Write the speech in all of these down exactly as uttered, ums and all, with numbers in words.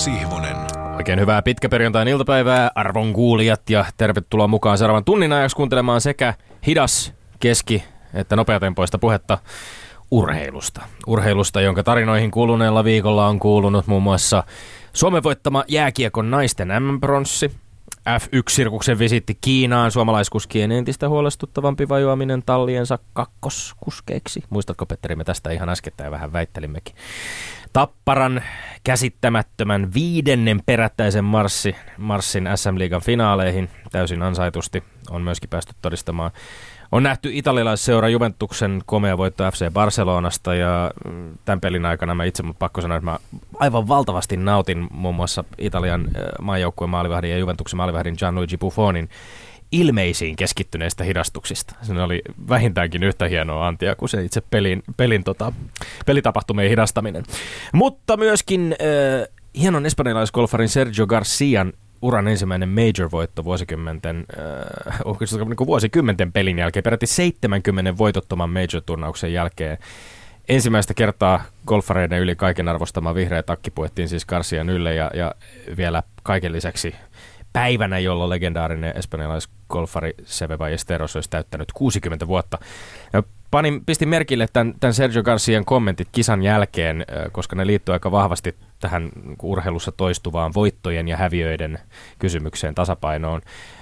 Sihvonen. Oikein hyvää pitkäperjantain iltapäivää, arvon kuulijat, ja tervetuloa mukaan seuraavan tunnin ajaksi kuuntelemaan sekä hidas, keski- että nopeatempoista puhetta urheilusta. Urheilusta, jonka tarinoihin kuluneella viikolla on kuulunut muun muassa Suomen voittama jääkiekon naisten äm äm-pronssi, F yksi -sirkuksen visiitti Kiinaan, suomalaiskuskien entistä huolestuttavampi vajoaminen talliensa kakkoskuskeiksi. Muistatko, Petteri, me tästä ihan äskettäin vähän väittelimmekin. Tapparan käsittämättömän viidennen perättäisen marssi, marssin äs äm-liigan finaaleihin täysin ansaitusti on myöskin päästy todistamaan. On nähty italialaisseura Juventuksen komea voitto F C Barcelonasta, ja tämän pelin aikana mä itse, mutta pakko sanoa, että mä aivan valtavasti nautin muun muassa Italian maajoukkueen maalivahdin ja Juventuksen maalivahdin Gianluigi Buffonin ilmeisiin keskittyneistä hidastuksista. Se oli vähintäänkin yhtä hienoa antia kuin se itse pelin, pelin tota, pelitapahtumien hidastaminen. Mutta myöskin äh, hienon espanjalaisgolfarin Sergio Garcian uran ensimmäinen major-voitto vuosikymmenten, äh, oikeastaan niin kuin vuosikymmenten pelin jälkeen, peräti seitsemänkymmenen voitottoman major-turnauksen jälkeen. Ensimmäistä kertaa golfareiden yli kaiken arvostama vihreä takki puettiin siis Garcian ylle, ja, ja vielä kaiken lisäksi päivänä, jolloin legendaarinen espanjalaisgolfari Seve Ballesteros olisi täyttänyt kuusikymmentä vuotta. Ja panin, pistin merkille tämän, tämän Sergio Garcian kommentit kisan jälkeen, koska ne liittyy aika vahvasti tähän urheilussa toistuvaan voittojen ja häviöiden kysymykseen, tasapainoon.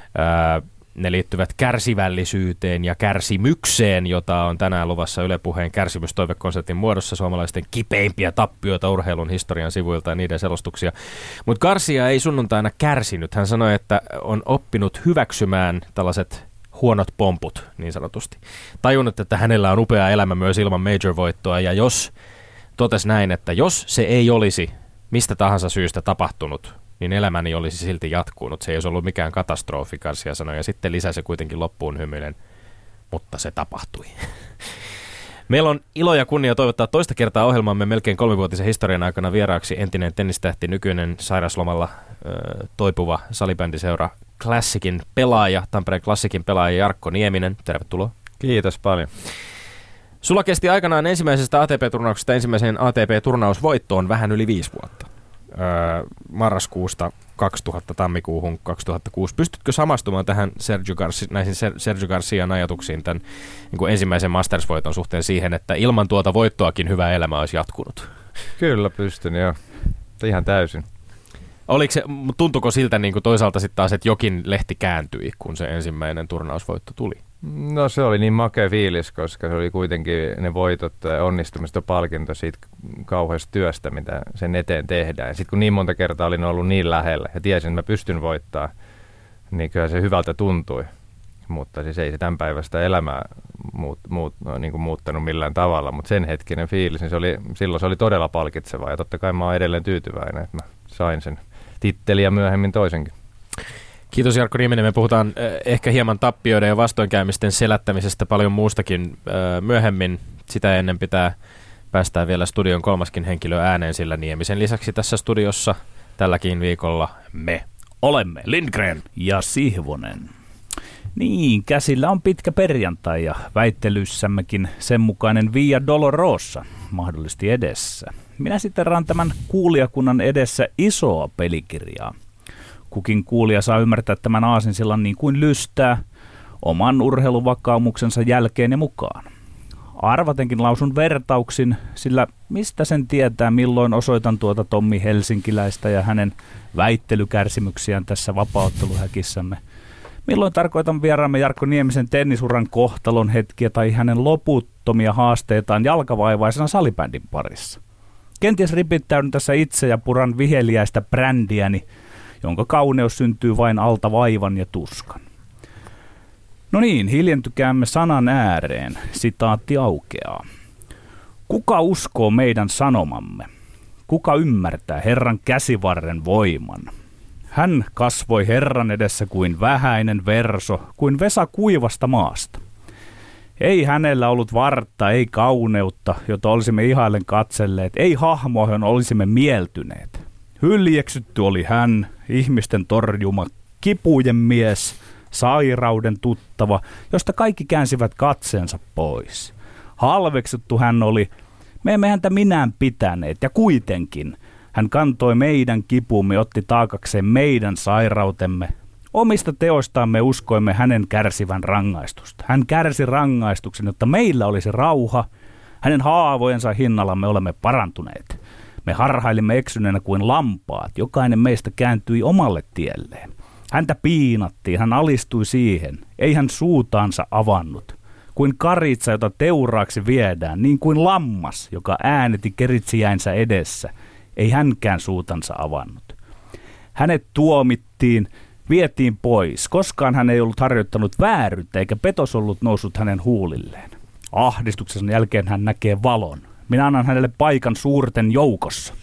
Ne liittyvät kärsivällisyyteen ja kärsimykseen, jota on tänään luvassa Yle Puheen kärsimystoivekonsertin muodossa, suomalaisten kipeimpiä tappioita urheilun historian sivuilta ja niiden selostuksia. Mutta Garcia ei sunnuntaina kärsinyt. Hän sanoi, että on oppinut hyväksymään tällaiset huonot pomput, niin sanotusti. Tajunnut, että hänellä on upea elämä myös ilman major-voittoa, ja jos totesi näin, että jos se ei olisi mistä tahansa syystä tapahtunut, niin elämäni olisi silti jatkunut. Se ei olisi ollut mikään katastrofi, Garcia sanoi, ja sitten lisäsi kuitenkin loppuun hymyilen, mutta se tapahtui. Meillä on ilo ja kunnia toivottaa toista kertaa ohjelmamme melkein kolmivuotisen historian aikana vieraaksi entinen tennistähti, nykyinen sairaslomalla ö, toipuva salibändiseura Classicin pelaaja, Tampereen Classicin pelaaja Jarkko Nieminen. Tervetuloa. Kiitos paljon. Sulla kesti aikanaan ensimmäisestä A T P-turnauksesta ensimmäiseen A T P-turnausvoittoon vähän yli viisi vuotta. Öö, marraskuusta kaksituhatta tammikuuhun kaksituhattakuusi. Pystytkö samastumaan tähän Sergio Garcia, näihin Sergio Garcian ajatuksiin tämän niin kuin ensimmäisen Masters-voiton suhteen siihen, että ilman tuota voittoakin hyvä elämä olisi jatkunut? Kyllä pystyn, joo. Ihan täysin. Oliko se, tuntuiko siltä niin kuin toisaalta sitten taas, että jokin lehti kääntyi, kun se ensimmäinen turnausvoitto tuli? No se oli niin makea fiilis, koska se oli kuitenkin ne voitot onnistumista palkinto siitä kauheasta työstä, mitä sen eteen tehdään. Sitten kun niin monta kertaa olin ollut niin lähellä ja tiesin, että mä pystyn voittaa, niin kyllä se hyvältä tuntui. Mutta siis ei se tämän päivästä elämää muut, muut, no, niin kuin muuttanut millään tavalla, mutta sen hetkinen fiilis, niin se oli, silloin se oli todella palkitsevaa, ja totta kai mä oon edelleen tyytyväinen, että mä sain sen tittelin ja myöhemmin toisenkin. Kiitos Jarkko Nieminen. Me puhutaan äh, ehkä hieman tappioiden ja vastoinkäymisten selättämisestä paljon muustakin äh, myöhemmin. Sitä ennen pitää päästää vielä studion kolmaskin henkilö ääneen, sillä Niemisen lisäksi tässä studiossa tälläkin viikolla me olemme Lindgren ja Sihvonen. Niin, käsillä on pitkä perjantai ja väittelyssämmekin sen mukainen Via Dolorosa mahdollisesti edessä. Minä sitten ran tämän kuulijakunnan edessä isoa pelikirjaa. Kukin kuulija saa ymmärtää tämän aasinsillan niin kuin lystää, oman urheiluvakaumuksensa jälkeen ja mukaan. Arvatenkin lausun vertauksin, sillä mistä sen tietää, milloin osoitan tuota Tommi Helsinkiläistä ja hänen väittelykärsimyksiään tässä vapautteluhäkissämme. Milloin tarkoitan vieraamme Jarkko Niemisen tennisuran kohtalon hetkiä tai hänen loputtomia haasteitaan jalkavaivaisena salibändin parissa. Kenties ripittäydyn tässä itse ja puran viheliäistä brändiäni, jonka kauneus syntyy vain alta vaivan ja tuskan. No niin, hiljentykäämme sanan ääreen. Sitaatti aukeaa. Kuka uskoo meidän sanomamme? Kuka ymmärtää Herran käsivarren voiman? Hän kasvoi Herran edessä kuin vähäinen verso, kuin vesa kuivasta maasta. Ei hänellä ollut vartta, ei kauneutta, jota olisimme ihaillen katselleet, ei hahmoa, johon olisimme mieltyneet. Hyljeksytty oli hän, ihmisten torjuma, kipujen mies, sairauden tuttava, josta kaikki käänsivät katseensa pois. Halveksuttu hän oli, me emme häntä minään pitäneet, ja kuitenkin Hän kantoi meidän kipumme, otti taakakseen meidän sairautemme. Omista teoistamme uskoimme hänen kärsivän rangaistusta. Hän kärsi rangaistuksen, jotta meillä olisi rauha. Hänen haavojensa hinnalla me olemme parantuneet. Me harhailimme eksyneenä kuin lampaat. Jokainen meistä kääntyi omalle tielleen. Häntä piinattiin, hän alistui siihen. Ei hän suutaansa avannut. Kuin karitsa, jota teuraaksi viedään, niin kuin lammas, joka ääneti keritsijäinsä edessä. Ei hänkään suutansa avannut. Hänet tuomittiin, vietiin pois. Koskaan hän ei ollut harjoittanut vääryyttä, eikä petos ollut noussut hänen huulilleen. Ahdistuksen jälkeen hän näkee valon. Minä annan hänelle paikan suurten joukossa.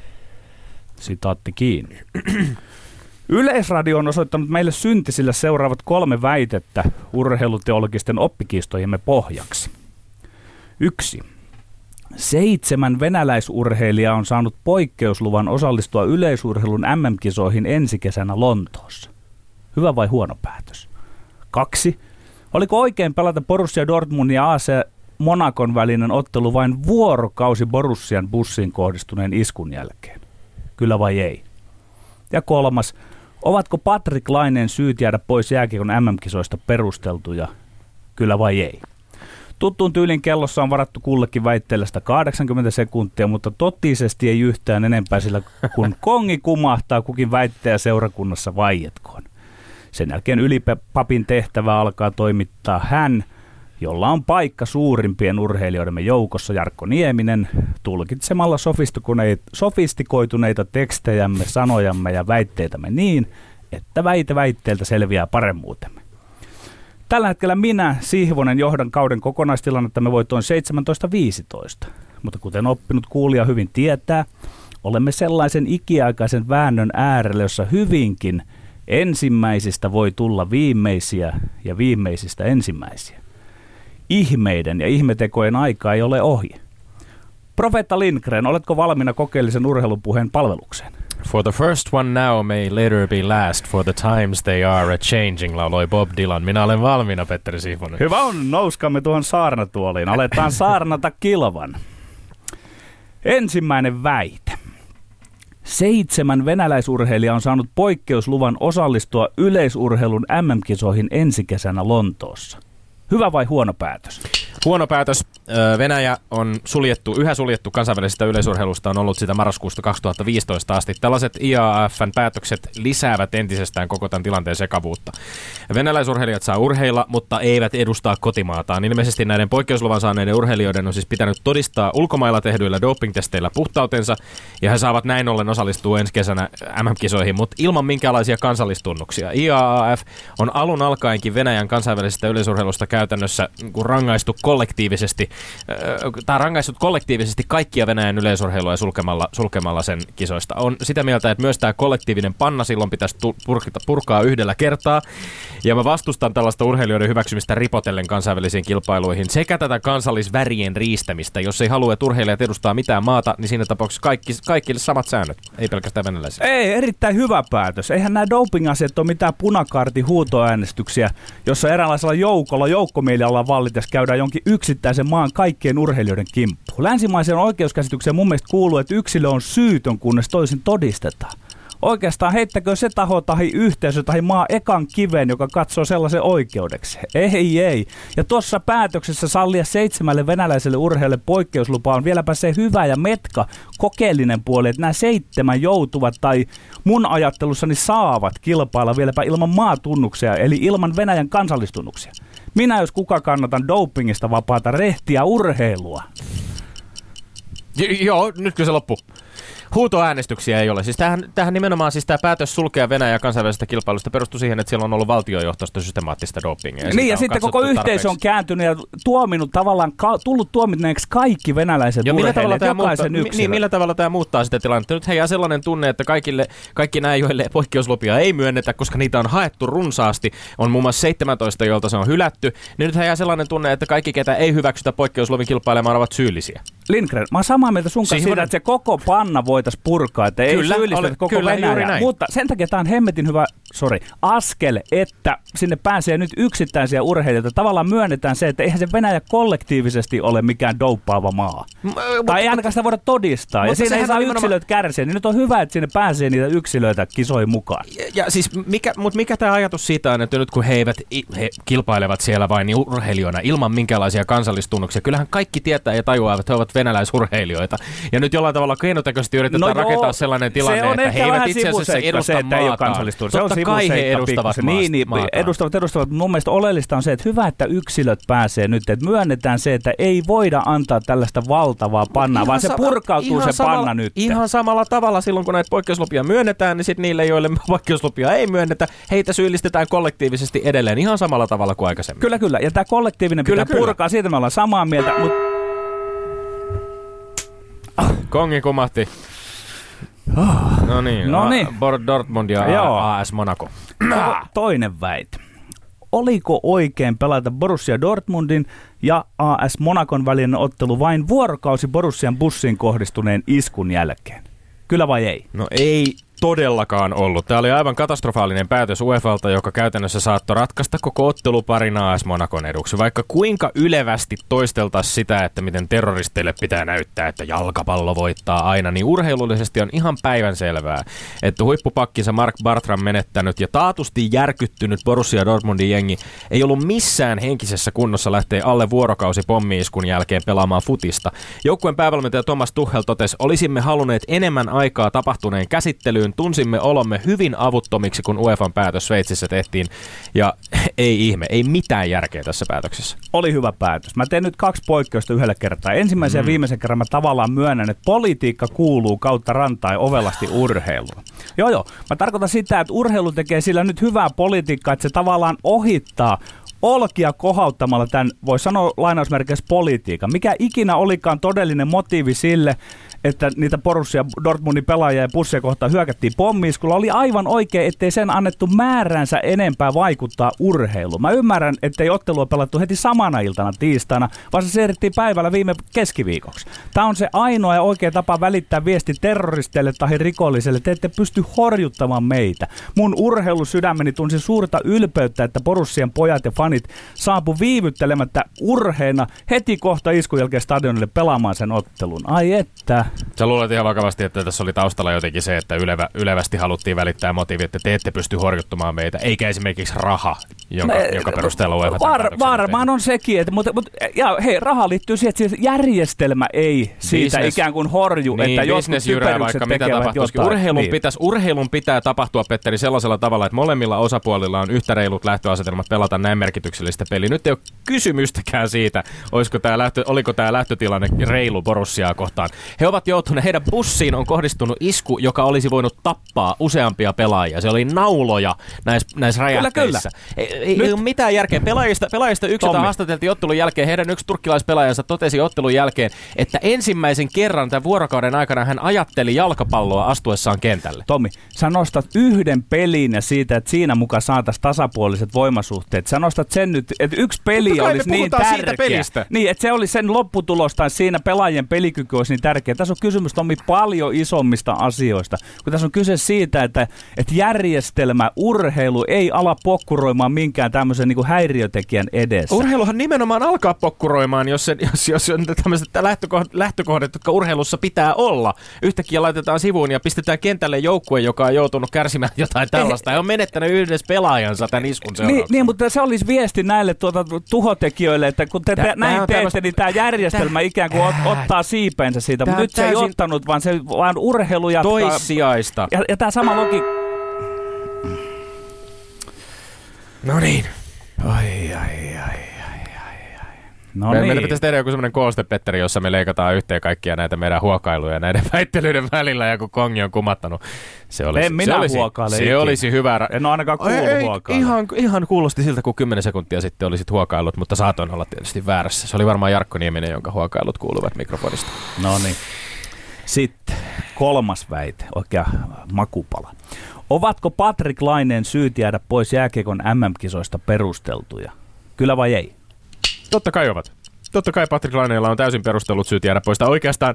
Sitaatti kiinni. Yleisradio on osoittanut meille syntisille seuraavat kolme väitettä urheiluteologisten oppikiistojemme pohjaksi. Yksi. Seitsemän venäläisurheilijaa on saanut poikkeusluvan osallistua yleisurheilun äm äm-kisoihin ensi kesänä Lontoossa. Hyvä vai huono päätös? Kaksi. Oliko oikein pelata Borussia Dortmundin ja A C Monacon välinen ottelu vain vuorokausi Borussian bussiin kohdistuneen iskun jälkeen? Kyllä vai ei? Ja kolmas. Ovatko Patrik Laineen syyt jäädä pois jääkiekon äm äm-kisoista perusteltuja? Kyllä vai ei? Tuttuun tyylin kellossa on varattu kullekin väitteellä sitä kahdeksankymmentä sekuntia, mutta totisesti ei yhtään enempää, sillä kun kongi kumahtaa, kukin väittäjä seurakunnassa vaietkoon. Sen jälkeen ylipapin tehtävä alkaa toimittaa hän, jolla on paikka suurimpien urheilijoidemme joukossa, Jarkko Nieminen, tulkitsemalla sofistikoituneita tekstejämme, sanojamme ja väitteitämme niin, että väite väitteeltä selviää paremmuutemme. Tällä hetkellä minä, Sihvonen, johdan kauden kokonaistilannettamme voittoon seitsemäntoista viisitoista. Mutta kuten oppinut kuulija hyvin tietää, olemme sellaisen ikiaikaisen väännön äärellä, jossa hyvinkin ensimmäisistä voi tulla viimeisiä ja viimeisistä ensimmäisiä. Ihmeiden ja ihmetekojen aika ei ole ohi. Profeetta Lindgren, oletko valmiina kokeellisen urheilupuheen palvelukseen? For the first one now may later be last, for the times they are a-changing, lauloi Bob Dylan. Minä olen valmiina, Petteri Sihvonen. Hyvä on, nouskamme tuohon saarnatuoliin. Aletaan saarnata kilvan. Ensimmäinen väite. Seitsemän venäläisurheilijaa on saanut poikkeusluvan osallistua yleisurheilun äm äm-kisoihin ensi kesänä Lontoossa. Hyvä vai huono päätös? Huono päätös. Venäjä on suljettu, yhä suljettu kansainvälisestä yleisurheilusta, on ollut sitä marraskuusta kaksituhattaviisitoista asti. Tällaiset I A F:n päätökset lisäävät entisestään koko tämän tilanteen sekavuutta. Venäläisurheilijat saa urheilla, mutta eivät edustaa kotimaataan. Ilmeisesti näiden poikkeusluvan saaneiden urheilijoiden on siis pitänyt todistaa ulkomailla tehdyillä dopingtesteillä puhtautensa, ja he saavat näin ollen osallistua ensi kesänä äm äm-kisoihin, mutta ilman minkäänlaisia kansallistunnuksia. I A F on alun alkaenkin Venäjän kansainvälisestä yleisurheilusta käytännössä rangaistu kollektiivisesti, tai rangaistut kollektiivisesti kaikkia Venäjän yleisurheilua sulkemalla, sulkemalla sen kisoista. On sitä mieltä, että myös tämä kollektiivinen panna silloin pitäisi purkita, purkaa yhdellä kertaa, ja mä vastustan tällaista urheilijoiden hyväksymistä ripotellen kansainvälisiin kilpailuihin, sekä tätä kansallisvärien riistämistä. Jos ei halua, että urheilijat edustaa mitään maata, niin siinä tapauksessa kaikki, kaikille samat säännöt, ei pelkästään venäläisiä. Ei, erittäin hyvä päätös. Eihän nämä doping-asiat ole mitään punakaartin huutoäänestyksiä, jossa eräänlaisella joukolla, joukkomielialalla vallitessa käydään jonkin yksittäisen maan kaikkien urheilijoiden kimppuun. Länsimaiseen oikeuskäsitykseen mun mielestä kuuluu, että yksilö on syytön, kunnes toisin todistetaan. Oikeastaan heittäkö se taho tai yhteisö tai maa ekan kiven, joka katsoo sellaisen oikeudeksi? Ei, ei. Ja tuossa päätöksessä sallia seitsemälle venäläiselle urheilijalle poikkeuslupa on vieläpä se hyvä ja metka kokeellinen puoli, että nämä seitsemän joutuvat tai mun ajattelussani saavat kilpailla vieläpä ilman maatunnuksia, eli ilman Venäjän kansallistunnuksia. Minä jos kuka kannatan dopingista vapaata rehtiä urheilua. J- joo, nytkö se loppuu? Huutoäänestyksiä ei ole. Siis tämähän, tämähän nimenomaan siis tämä päätös sulkea Venäjä kansainvälisestä kilpailusta perustui siihen, että siellä on ollut valtiojohtoista systemaattista dopingia. Ja niin ja sitten koko yhteisö tarpeeksi. On kääntynyt ja tuominut tavallaan, ka- tullut tuomitneeksi kaikki venäläiset ja urheilijat, jokaisen muuttaa, yksilön. Niin, millä tavalla tämä muuttaa sitä tilannetta? Nyt heijää sellainen tunne, että kaikille, kaikki nämä, joille poikkeuslupia ei myönnetä, koska niitä on haettu runsaasti, on muun muassa seitsemäntoista, joilta se on hylätty, niin nyt heijää sellainen tunne, että kaikki, ketä ei hyväksytä poikkeusluvin kilpailemaan, ovat syyllisiä. Lindgren, mä oon samaa mieltä sun kanssa siitä, että se koko panna voitaisiin purkaa, että kyllä, ei syyllistetä koko kyllä, Venäjää. Mutta sen takia tämä on hemmetin hyvä sorry, askel, että sinne pääsee nyt yksittäisiä urheilijoita. Tavallaan myönnetään se, että eihän se Venäjä kollektiivisesti ole mikään douppaava maa. M- tai ei ainakaan sitä voida todistaa. Ja siinä ei saa nimenomaan yksilöt kärsiä. Niin nyt on hyvä, että sinne pääsee niitä yksilöitä kisoihin mukaan. Ja, ja siis mikä, mutta mikä tämä ajatus siitä on, että nyt kun he eivät he kilpailevat siellä vain niin urheilijoina ilman minkäänlaisia kansallistunnuksia, kyllähän kaikki tietää ja tajuaa, että he ovat venäläisurheilijoita. Ja nyt jollain tavalla keinotekoisesti yritetään no rakentaa joo, sellainen tilanne, se että he eivät itse asiassa edusta se, että maataan. Se on totta kai he edustavat niin, niin, edustavat, edustavat. Mun mielestä oleellista on se, että hyvä, että yksilöt pääsee nyt, että myönnetään se, että ei voida antaa tällaista valtavaa pannaa, vaan se purkautuu se samalla, panna nyt. Ihan samalla tavalla silloin, kun näitä poikkeuslupia myönnetään, niin sitten niille, joille poikkeuslupia ei myönnetä, heitä syyllistetään kollektiivisesti edelleen ihan samalla tavalla kuin aikaisemmin. Kyllä, kyllä. Ja tämä kollektiivinen kyllä, pitää kyllä. purkaa, siitä me ollaan samaa mieltä, mutta kongi kumahti. No niin, no niin. Dortmund ja A S Monaco. Toinen väite. Oliko oikein pelata Borussia Dortmundin ja A S Monacon välinen ottelu vain vuorokausi Borussian bussiin kohdistuneen iskun jälkeen? Kyllä vai ei? No ei todellakaan ollut. Tämä oli aivan katastrofaalinen päätös UEFalta, joka käytännössä saattoi ratkaista koko otteluparin A S Monacon eduksi. Vaikka kuinka ylevästi toisteltaisiin sitä, että miten terroristeille pitää näyttää, että jalkapallo voittaa aina, niin urheilullisesti on ihan päivänselvää, että huippupakkinsa Mark Bartram menettänyt ja taatusti järkyttynyt Borussia Dortmundin jengi ei ollut missään henkisessä kunnossa lähteä alle vuorokausi pommi-iskun jälkeen pelaamaan futista. Joukkueen päävalmentaja Thomas Tuchel totesi, olisimme halunneet enemmän aikaa tapahtuneen käsittelyyn, tunsimme olomme hyvin avuttomiksi, kun UEFan päätös Sveitsissä tehtiin, ja ei ihme, ei mitään järkeä tässä päätöksessä. Oli hyvä päätös. Mä teen nyt kaksi poikkeusta yhdellä kertaa. Ensimmäisen mm. ja viimeisen kerran mä tavallaan myönnän, että politiikka kuuluu kautta rantain ovelasti urheiluun. Joo joo, mä tarkoitan sitä, että urheilu tekee sillä nyt hyvää politiikkaa, että se tavallaan ohittaa olkia kohauttamalla tämän, voi sanoa lainausmerkeissä politiikan. Mikä ikinä olikaan todellinen motiivi sille, että niitä Borussia Dortmundin pelaajia ja bussia kohtaan hyökättiin pommiiskulla, oli aivan oikein, ettei sen annettu määränsä enempää vaikuttaa urheiluun. Mä ymmärrän, ettei ottelua pelattu heti samana iltana tiistaina, vaan se siirrettiin päivällä viime keskiviikoksi. Tämä on se ainoa ja oikea tapa välittää viesti terroristeille tai rikolliselle. Te ette pysty horjuttamaan meitä. Mun urheilusydämeni tunsi suurta ylpeyttä, että Borussian pojat ja fanit saapu viivyttelemättä urheina heti kohta iskun jälkeen stadionille pelaamaan sen ottelun. Ai että. Sä luulet ihan vakavasti, että tässä oli taustalla jotenkin se, että ylevä, ylevästi haluttiin välittää motiivi, että te ette pysty horjuttamaan meitä, eikä esimerkiksi raha, jonka, Me, joka perusteella UEFA var, Varmaan on sekin, että, mutta, mutta ja, hei, raha liittyy siihen, että järjestelmä ei siitä business, ikään kuin horju, niin, että jotkut typerykset tekevät jotain. Urheilun, niin. pitäisi, urheilun pitää tapahtua, Petteri, sellaisella tavalla, että molemmilla osapuolilla on yhtä reilut lähtöasetelmat pelata näin merkityksellistä peliä. Nyt ei ole kysymystäkään siitä, olisiko tämä lähtö, oliko tämä lähtötilanne reilu Borussiaa kohtaan. He ovat joutuneet, heidän bussiin on kohdistunut isku, joka olisi voinut tappaa useampia pelaajia. Se oli nauloja näissä näis räjähteissä. Ei, ei, ei ole mitään järkeä. Pelaajista, pelaajista yksi, jota haastateltiin ottelun jälkeen, heidän yksi turkkilaispelaajansa totesi ottelun jälkeen, että ensimmäisen kerran tämän vuorokauden aikana hän ajatteli jalkapalloa astuessaan kentälle. Tommi, sä nostat yhden pelin ja siitä, että siinä mukaan saataisiin tasapuoliset voimasuhteet. Sä nostat sen nyt, että yksi peli olisi niin tärkeä. Niin, että se olisi sen lopputulos tai siinä pelaajien pelikyky olisi niin tärkeä. Tässä on kysymys, Tommi, paljon isommista asioista. Kun tässä on kyse siitä, että, että järjestelmä, urheilu ei ala pokkuroimaan minkään tämmöisen niin kuin häiriötekijän edessä. Urheiluhan nimenomaan alkaa pokkuroimaan, jos, se, jos, jos on tämmöiset lähtökohdat, lähtökohdat, jotka urheilussa pitää olla. Yhtäkkiä laitetaan sivuun ja pistetään kentälle joukkue, joka on joutunut kärsimään jotain tällaista. He on menettänyt yhdessä pelaajansa tämän iskun seurauksena. Niin, niin, mutta se olisi viesti näille tuota, tuhotekijöille, että kun te Tää, näin teette, tämmöstä, niin tämä järjestelmä tää, ikään kuin ot, ottaa siipeensä siitä. Mutta nyt se ei ottanut, vaan se vaan urheilu jatkaa. Toissijaista. Ja, ja tämä sama logi... No niin. Ai, ai, ai, ai, ai, ai. No me, niin. Meidän pitäisi tehdä joku semmoinen kooste, Petteri, jossa me leikataan yhteen kaikkia näitä meidän huokailuja näiden väittelyiden välillä, ja kun Kongi on kumattanut. Se olisi, en minä se olisi, huokaile. Se olisi hyvä. Ra- en ole ainakaan kuullut huokailla. Ihan, ihan kuulosti siltä, kun kymmenen sekuntia sitten olisit huokailut, mutta saatoin olla tietysti väärässä. Se oli varmaan Jarkko Nieminen, jonka huokailut kuuluvat mikrofonista. No niin. Sitten kolmas väite, oikea makupala. Ovatko Patrik Laineen syyt jäädä pois jääkiekon M M-kisoista perusteltuja? Kyllä vai ei? Totta kai ovat. Totta kai Patrik Laineella on täysin perustellut syyt jäädä pois. Tai oikeastaan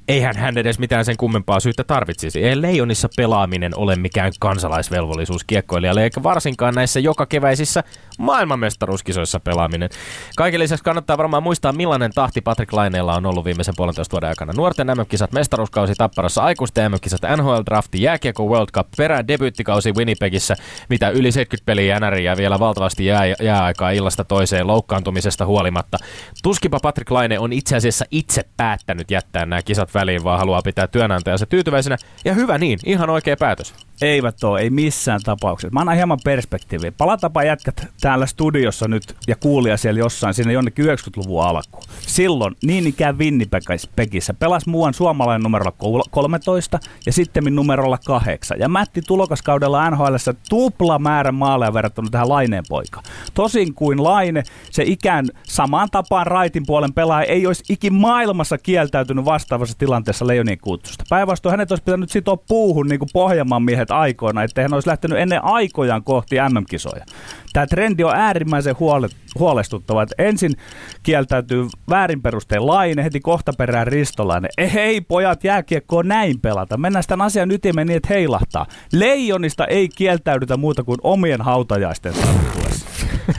eihän hän edes mitään sen kummempaa syyttä tarvitsisi. Ei Leijonissa pelaaminen ole mikään kansalaisvelvollisuus kiekkoilijalle, eikä varsinkaan näissä joka keväisissä maailmanmestaruuskisoissa pelaaminen. Kaiken lisäksi kannattaa varmaan muistaa, millainen tahti Patrik Laineella on ollut viimeisen puolentoista vuoden aikana. Nuorten M M-kisat, mestaruuskausi Tapparassa, aikuisten M M-kisat, N H L-drafti, jääkiekko World Cup, perään debyyttikausi Winnipegissä, mitä yli seitsemänkymmentä peliä N R ja vielä valtavasti jää, jääaikaa illasta toiseen loukkaantumisesta huolimatta. Tuskipa Patrik Laine on itse asiassa itse päättänyt jättää nämä kisat väliin, vaan haluaa pitää työnantajansa tyytyväisenä. Ja hyvä niin, ihan oikea päätös. Eivät ole, ei missään tapauksessa. Mä annan hieman perspektiiviä. Palatapa jätkät täällä studiossa nyt ja kuulija siellä jossain sinne jonnekin yhdeksänkymmentäluvun alkuun. Silloin niin ikään Winnipegissä pelasi muuan suomalainen numerolla kolmetoista ja sitten numerolla kahdeksan. Ja mätti tulokaskaudella N H L:ssä tupla määrä maaleja verrattuna tähän Laineen poikaan. Tosin kuin Laine, se ikään samaan tapaan raitin puolen pelaaja ei olisi ikin maailmassa kieltäytynyt vastaavassa tilanteessa Leijonien kutsusta. Päinvastoin hänet olisi pitänyt sitoa puuhun niin kuin Pohjanmaan miehet aikoina, että hän olisi lähtenyt ennen aikojaan kohti M M-kisoja. Tämä trendi on äärimmäisen huole, huolestuttava, että ensin kieltäytyy väärin perustein Laine, heti kohta perään Ristolainen. Ei hei pojat, jääkiekko on näin pelata. Mennään tämän asian ytimeen niin, että heilahtaa. Leijonista ei kieltäydytä muuta kuin omien hautajaisten sattuessa.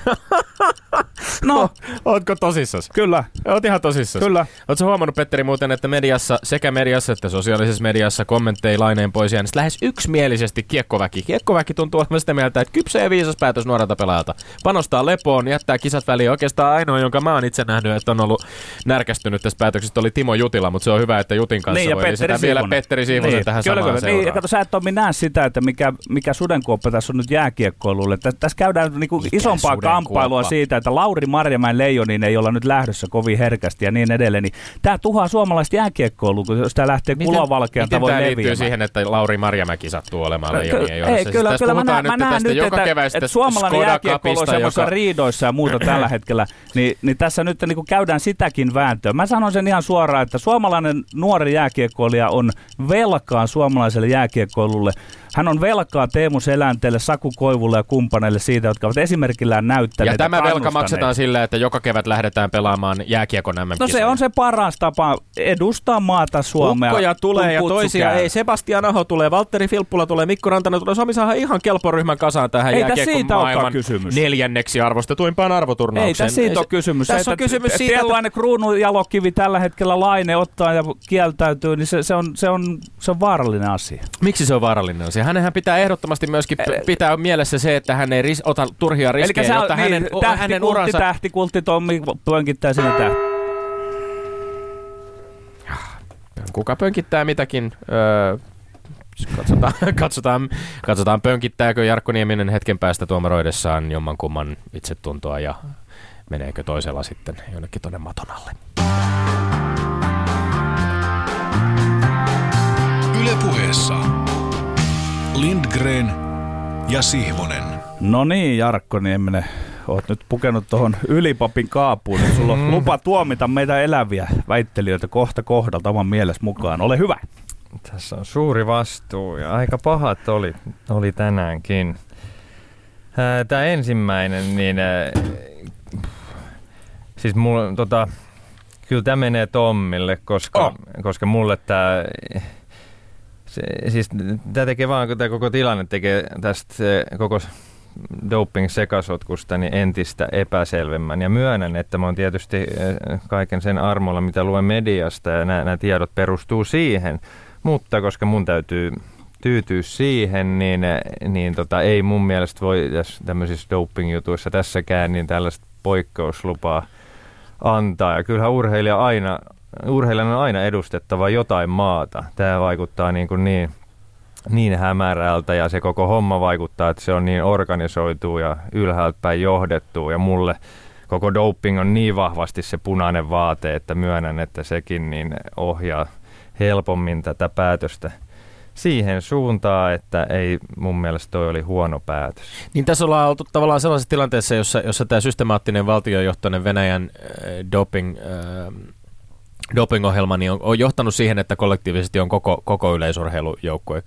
No, ootko tosissas? Kyllä. Oot ihan tosissas. Kyllä. Ootko huomannut, Petteri, muuten, että mediassa, sekä mediassa että sosiaalisessa mediassa kommentteja Laineen pois jäänyt lähes yksimielisesti kiekkoväki. Kiekkoväki tuntuu olevan sitä mieltä, että kypsä ja viisas päätös nuorelta pelaajalta. Panostaa lepoon, jättää kisat väliin. Oikeastaan ainoa, jonka mä oon itse nähnyt, että on ollut närkästynyt tästä päätöksestä, oli Timo Jutila, mutta se on hyvä, että Jutin kanssa niin, voi lisätä vielä Petteri Siivosen niin, tähän kyllä, samaan kyllä. seuraan. Niin, kato, sä et Tommi näe sitä, että mikä, mikä sudenkuoppa tässä on nyt jääkiekkoilulle. Tässä käydään niinku isompaa kamppailua siitä, että Lauri Marjamäen Leijoniin ei olla nyt lähdössä kovin herkästi ja niin edelleen. Niin tämä tuhaa suomalaista jääkiekkoilua, jos tämä lähtee kulovalkean tavoin leviämään. Miten tämä liittyy siihen, että Lauri Marjamäki sattuu olemaan Leijoniin? Ei, ei kyllä, siis kyllä mä, nä, mä näen nyt, että, että suomalainen jääkiekkoilu on semmoisessa joka... riidoissa ja muuta tällä hetkellä, niin, niin tässä nyt niin käydään sitäkin vääntöä. Mä sanon sen ihan suoraan, että suomalainen nuori jääkiekkoilija on velkaa suomalaiselle jääkiekkoilulle. Hän on velkaa Teemu Selänteelle, Saku Koivulle ja kumppaneille siitä, jotka ovat esimerkillään näyttäneet. Ja tämä velka maksetaan sillä, että joka kevät lähdetään pelaamaan jääkiekon M M-kisoja. No se on se paras tapa edustaa maata Suomea. Ukkoja tulee ja toisia ei. Sebastian Aho tulee, Valtteri Filppula tulee, Mikko Rantanen tulee. Suomi saadaan ihan kelpo ryhmän kasaan tähän jääkiekon maailman neljänneksi arvostetuimpaan arvoturnaukseen. Ei tässä siitä ole kysymys. Tässä on kysymys siitä, että tietynlainen kruununjalokivi tällä hetkellä Laine ottaa ja kieltäytyy, niin se, se, on, se, on, se on vaarallinen asia. Miksi se on vaarallinen asia? Hänenhän pitää ehdottomasti myöskin pitää mielessä se, että hän ei ris- ota turhia riskejä, jotta niin, hänen, tähtikultti, hänen uransa... Tähtikultti, Tommi pönkittää sinne tähti. Kuka pönkittää mitäkin? Öö, katsotaan, katsotaan, katsotaan, pönkittääkö Jarkko Nieminen hetken päästä tuomaroidessaan jommankumman itsetuntoa ja meneekö toisella sitten jonnekin tuonne maton alle. Yle Puheessa Lindgren ja Sihvonen. No niin, Jarkko Nieminen, oot nyt pukenut tuohon ylipapin kaapuun. Nyt sulla on lupa tuomita meitä eläviä väittelijöitä kohta kohdalta oman mielessä mukaan. Ole hyvä. Tässä on suuri vastuu ja aika pahat oli, oli tänäänkin. Tämä ensimmäinen, niin siis mulla, tota, kyllä tämä menee Tommille, koska, oh. koska mulle tämä... Se, siis tämä tekee vaan, tämä koko tilanne tekee tästä koko doping-sekasotkusta niin entistä epäselvemmän. Ja myönnän, että mä oon tietysti kaiken sen armolla, mitä luen mediasta, ja nämä, nämä tiedot perustuu siihen. Mutta koska mun täytyy tyytyä siihen, niin, niin tota, ei mun mielestä voi tämmöisissä doping-jutuissa tässäkään niin tällaista poikkeuslupaa antaa. Ja kyllähän urheilija aina... Urheilijan on aina edustettava jotain maata. Tämä vaikuttaa niin, kuin niin, niin hämärältä ja se koko homma vaikuttaa, että se on niin organisoitu ja ylhäältä päin johdettu. Ja mulle koko doping on niin vahvasti se punainen vaate, että myönnän, että sekin niin ohjaa helpommin tätä päätöstä siihen suuntaan, että ei mun mielestä toi oli huono päätös. Niin tässä ollaan oltu tavallaan sellaisessa tilanteessa, jossa, jossa tämä systemaattinen valtiojohtoinen Venäjän äh, doping... Äh, doping-ohjelma niin on, on johtanut siihen, että kollektiivisesti on koko, koko yleisurheilujoukkue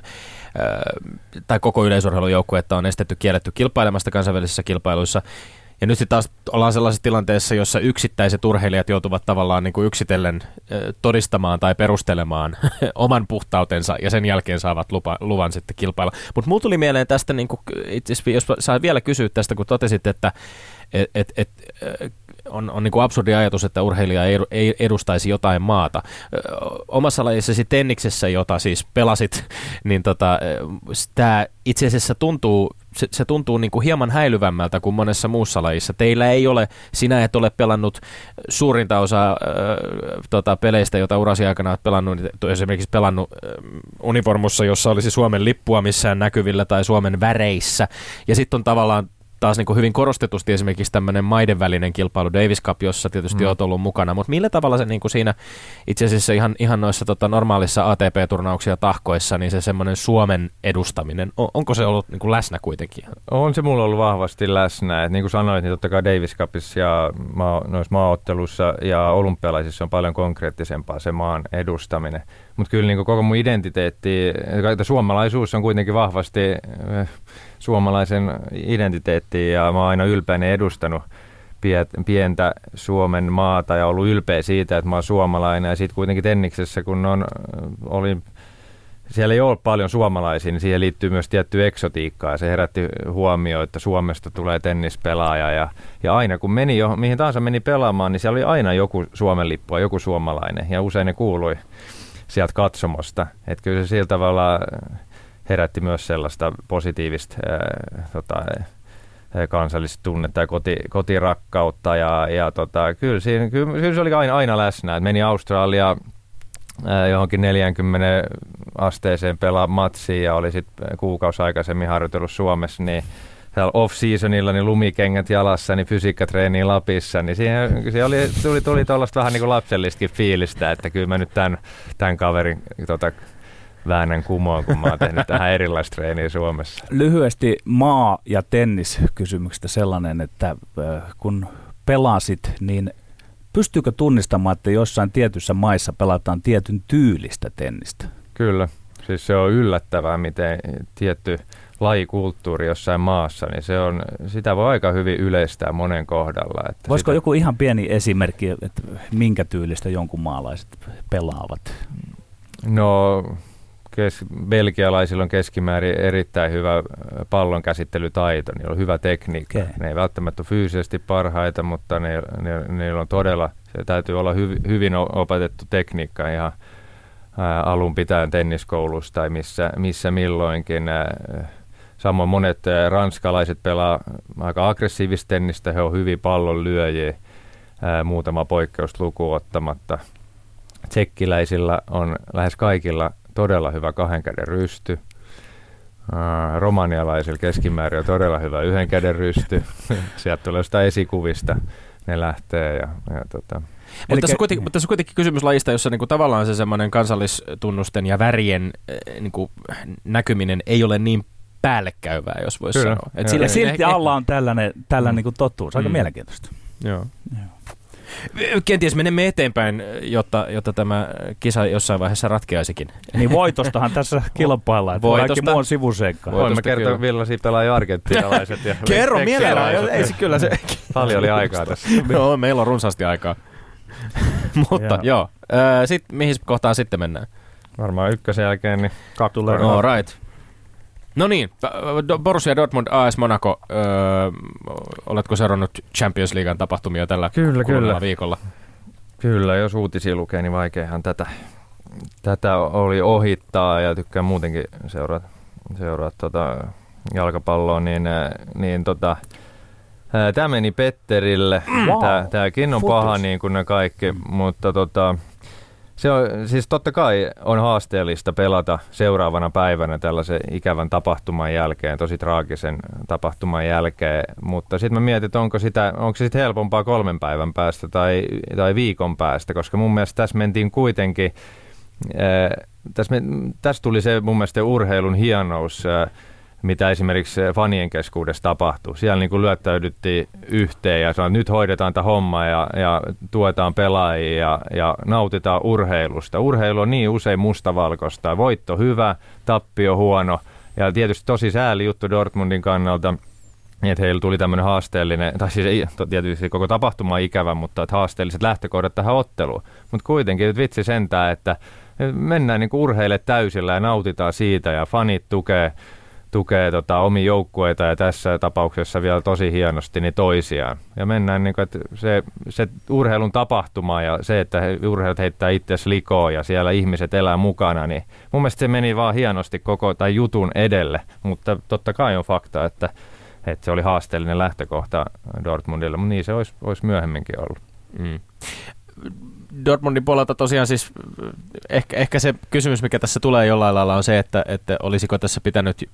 tai koko yleisurheilujoukkuetta on estetty, kielletty kilpailemasta kansainvälisissä kilpailuissa. Ja nyt sitten taas ollaan sellaisessa tilanteessa, jossa yksittäiset urheilijat joutuvat tavallaan niin kuin yksitellen todistamaan tai perustelemaan oman puhtautensa ja sen jälkeen saavat lupa, luvan sitten kilpailla. Mutta mulla tuli mieleen tästä, niin kuin, itse asiassa, jos saa vielä kysyä tästä, kun totesit, että et, et, et, on, on niin kuin absurdi ajatus, että urheilija ei, ei edustaisi jotain maata. Omassa lajissasi tenniksessä, jota siis pelasit, niin tota, tämä itse asiassa tuntuu, se, se tuntuu niin kuin hieman häilyvämmältä kuin monessa muussa lajissa. Teillä ei ole, sinä et ole pelannut suurinta osaa äh, tota, peleistä, jota urasi aikana olet pelannut, esimerkiksi pelannut äh, uniformussa, jossa olisi Suomen lippua missään näkyvillä tai Suomen väreissä. Ja sitten on tavallaan taas niin kuin hyvin korostetusti esimerkiksi tämmöinen maiden välinen kilpailu Davis Cup, jossa tietysti mm. olet ollut mukana, mutta millä tavalla se niin kuin siinä itse asiassa ihan, ihan noissa tota, normaalissa A T P-turnauksia tahkoissa, niin se semmoinen Suomen edustaminen, on, onko se ollut niin kuin läsnä kuitenkin? On se mulla ollut vahvasti läsnä, että niin kuin sanoit, niin totta kai Davis Cupissa ja maa, noissa maaottelussa ja olympialaisissa on paljon konkreettisempaa se maan edustaminen, mutta kyllä niin kuin koko mun identiteetti, että suomalaisuus on kuitenkin vahvasti suomalaisen identiteettiin ja mä oon aina ylpeänä edustanut pientä Suomen maata ja ollut ylpeä siitä, että mä oon suomalainen. Ja sitten kuitenkin tenniksessä, kun on, oli, siellä ei ole paljon suomalaisia, niin siihen liittyy myös tiettyä eksotiikkaa ja se herätti huomioon, että Suomesta tulee tennispelaaja. Ja, ja aina kun meni jo, mihin tahansa meni pelaamaan, niin siellä oli aina joku Suomen lippua, joku suomalainen ja usein ne kuului sieltä katsomosta. Että kyllä se sillä tavalla herätti myös sellaista positiivista ää, tota, kansallista tunnetta ja koti, kotirakkautta. Ja, ja tota, kyllä, siinä, kyllä, kyllä se oli aina, aina läsnä. Et meni Australia ää, johonkin neljäänkymmeneen asteeseen pelaa matsiin ja oli sitten kuukausi aikaisemmin harjoitellut Suomessa, niin off-seasonilla niin lumikengät jalassa, niin fysiikkatreeniin Lapissa, niin siihen, siihen oli, tuli, tuli tuollaista vähän niin kuin lapsellistakin fiilistä, että kyllä mä nyt tämän, tämän kaverin tota, väännän kumoon, kun mä oon tehnyt tähän erilaista treeniä Suomessa. Lyhyesti maa- ja tenniskysymyksestä sellainen, että kun pelasit, niin pystyykö tunnistamaan, että jossain tietyssä maissa pelataan tietyn tyylistä tennistä? Kyllä. Siis se on yllättävää, miten tietty lajikulttuuri jossain maassa, niin se on, sitä voi aika hyvin yleistää monen kohdalla. Että voisiko sitä... joku ihan pieni esimerkki, että minkä tyylistä jonkun maalaiset pelaavat? No, kes- belgialaisilla on keskimäärin erittäin hyvä pallon käsittelytaito, niillä on hyvä tekniikka. Okay. Ne ei välttämättä ole fyysisesti parhaita, mutta ne, ne, niillä on todella, se täytyy olla hy- hyvin opetettu tekniikka ihan ää, alun pitäen tenniskoulussa tai missä, missä milloinkin. Ää, samoin monet ää, ranskalaiset pelaa aika aggressiivista tennistä, he on hyvin pallon lyöjiä, ää, muutama poikkeus lukuun ottamatta. Tsekkiläisillä on lähes kaikilla todella hyvä kahden käden rysty. Ää, romanialaisilla keskimäärin on todella hyvä yhden käden rysty. Sieltä tulee jostain esikuvista, ne lähtee. Ja, ja tota. Mutta tässä, mutta tässä on kuitenkin kysymys lajista, jossa niinku tavallaan se semmoinen kansallistunnusten ja värien niinku näkyminen ei ole niin päällekkäyvää, jos voisi sanoa. Et sillä, silti alla on tällainen, tällainen mm. niinku totuus. Aika mm. mielenkiintoista. Joo. Joo. Kenties menemme eteenpäin, jotta, jotta tämä kisa jossain vaiheessa ratkeaisikin. Niin voitostahan tässä kilpaillaan. Kaikki muu on sivuseikkaa. Voimme kertoa, millaisia pelaajia argentinalaiset. Kerro mielellään. Ei se kyllä se. Paljon oli aikaa tässä. Joo, meillä on runsaasti aikaa. Mutta joo. Sitten mihin kohtaan sitten mennään? Varmaan ykkösen jälkeen niin kakkonen. No right. No niin, Borussia Dortmund, A S Monaco, öö, oletko seurannut Champions Leaguean tapahtumia tällä kyllä, kyllä. viikolla? Kyllä, jos uutisia lukee, niin vaikeahan tätä, tätä oli ohittaa ja tykkään muutenkin seurata, seurata tota jalkapalloa, niin, niin tota, tämä meni Petterille. Wow. Tämäkin on Futus. Paha niin kuin ne kaikki, mutta tota... Se on, siis totta kai on haasteellista pelata seuraavana päivänä tällaisen ikävän tapahtuman jälkeen, tosi traagisen tapahtuman jälkeen, mutta sitten mä mietin, että onko, sitä, onko se sitten helpompaa kolmen päivän päästä tai, tai viikon päästä, koska mun mielestä tässä mentiin kuitenkin, äh, tässä, me, tässä tuli se mun mielestä urheilun hienous, äh, mitä esimerkiksi fanien keskuudessa tapahtui. Siellä niin kuin lyöttäydyttiin yhteen ja sanoi, että nyt hoidetaan tämä homma ja, ja tuetaan pelaajia ja, ja nautitaan urheilusta. Urheilu on niin usein mustavalkoista. Voitto hyvä, tappio huono ja tietysti tosi sääli juttu Dortmundin kannalta, että heillä tuli tämmöinen haasteellinen, tai siis ei, tietysti koko tapahtuma on ikävä, mutta että haasteelliset lähtökohdat tähän otteluun. Mutta kuitenkin että vitsi sentään, että mennään niin kuin urheille täysillä ja nautitaan siitä ja fanit tukee, tukee tota, omia joukkueita ja tässä tapauksessa vielä tosi hienosti niin toisiaan. Ja mennään niin kuin, että se, se urheilun tapahtuma ja se, että he, urheilut heittää itseäsi likoon ja siellä ihmiset elää mukana, niin mun mielestä se meni vaan hienosti koko tai jutun edelle, mutta totta kai on fakta, että että se oli haasteellinen lähtökohta Dortmundille, mutta niin se olisi, olisi myöhemminkin ollut. Mm. Dortmundin puolelta tosiaan siis ehkä, ehkä se kysymys, mikä tässä tulee jollain lailla on se, että, että olisiko tässä pitänyt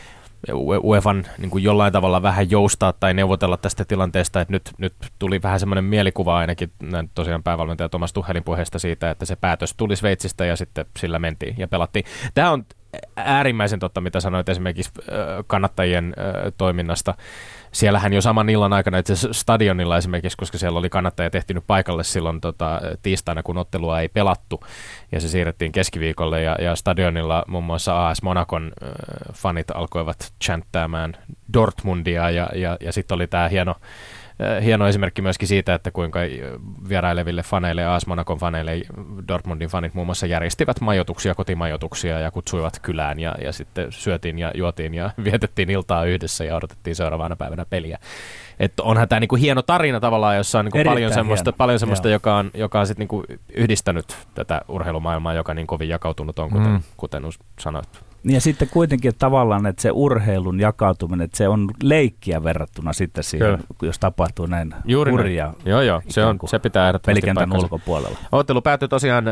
UEFan niin kuin jollain tavalla vähän joustaa tai neuvotella tästä tilanteesta, että nyt, nyt tuli vähän semmoinen mielikuva ainakin näin tosiaan päävalmentaja Thomas Tuchelin puheesta siitä, että se päätös tuli Sveitsistä ja sitten sillä mentiin ja pelattiin. Tämä on äärimmäisen totta, mitä sanoit esimerkiksi kannattajien toiminnasta. Siellähän jo saman illan aikana itse stadionilla esimerkiksi, koska siellä oli kannattajat ehtinyt paikalle silloin tota, tiistaina, kun ottelua ei pelattu, ja se siirrettiin keskiviikolle, ja, ja stadionilla muun muassa A S Monacon äh, fanit alkoivat chanttaamaan Dortmundia, ja, ja, ja sitten oli tämä hieno, äh, hieno esimerkki myöskin siitä, että kuinka vieraileville faneille, A S Monacon faneille, Dortmundin fanit muun muassa järjestivät majoituksia, kotimajoituksia, ja kutsuivat kylään, ja, ja sitten syötiin ja juotiin, ja vietettiin iltaa yhdessä, ja odotettiin seuraavana päivänä peliä. Että onhan tämä niinku hieno tarina tavallaan, jossa on niinku paljon semmoista, paljon semmoista joka on, joka on sit niinku yhdistänyt tätä urheilumaailmaa, joka niin kovin jakautunut on, kuten, mm. kuten sanoit. Ja sitten kuitenkin että tavallaan, että se urheilun jakautuminen, että se on leikkiä verrattuna sitten siihen, Kyllä. jos tapahtuu näin Juuri hurjaa. Näin. Joo, joo, se, on, se pitää ehdottomasti pelikentän paikkansa. ulkopuolella. Ottelu päättyi tosiaan äh,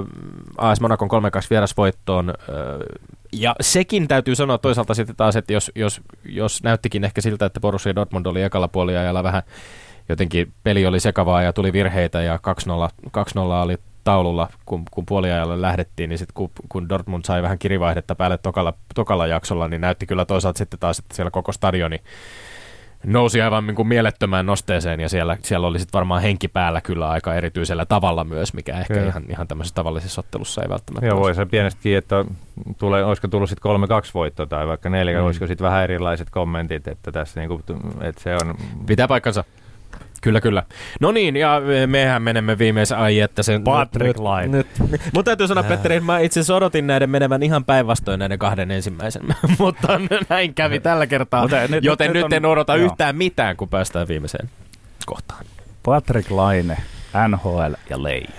A S Monacon kolme kaksi vierasvoittoon. Äh, ja sekin täytyy sanoa toisaalta sitten taas, että jos, jos, jos näyttikin ehkä siltä, että Borussia Dortmund oli ekalla puoliajalla vähän jotenkin peli oli sekavaa ja tuli virheitä ja kaksi nolla oli taululla, kun, kun puoliajalle lähdettiin, niin sitten kun, kun Dortmund sai vähän kirivaihdetta päälle tokalla, tokalla jaksolla, niin näytti kyllä toisaalta sitten taas, että siellä koko stadioni nousi aivan niin kuin mielettömään nosteeseen, ja siellä, siellä oli sitten varmaan henki päällä kyllä aika erityisellä tavalla myös, mikä ehkä ihan, ihan tämmöisessä tavallisessa ottelussa ei välttämättä. Joo, voi se pienestikin, että tulee, olisiko tullut sitten kolme kaksi voitto tai vaikka neljä, mm. olisiko sitten vähän erilaiset kommentit, että tässä niinku, että se on... Pitää paikkansa. Kyllä, kyllä. No niin, ja mehän menemme viimeisen ai, että sen... Patrick Laine. Mutta täytyy sanoa, Petteri, että mä itse asiassa odotin näiden menevän ihan päinvastoin näiden kahden ensimmäisen, mutta näin kävi tällä kertaa, mutta nyt, joten nyt, nyt en odota joo. yhtään mitään, kun päästään viimeiseen kohtaan. Patrick Laine, N H L ja Leijona.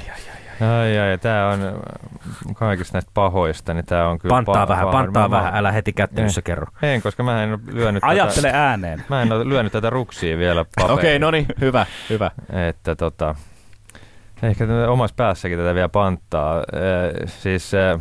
Ai, ai, tämä on kaikista näistä pahoista, niin tämä on kyllä Panttaa pa- vähän, paha. panttaa mä vähän, älä heti kättelyssä kerro. En, koska mä en ole lyönyt Ajattele tätä, ääneen. Mä en ole lyönyt tätä ruksia vielä paperiin. Okei, okay, no niin, hyvä, hyvä. Että tota, ehkä omassa päässäkin tätä vielä panttaa. E, siis e,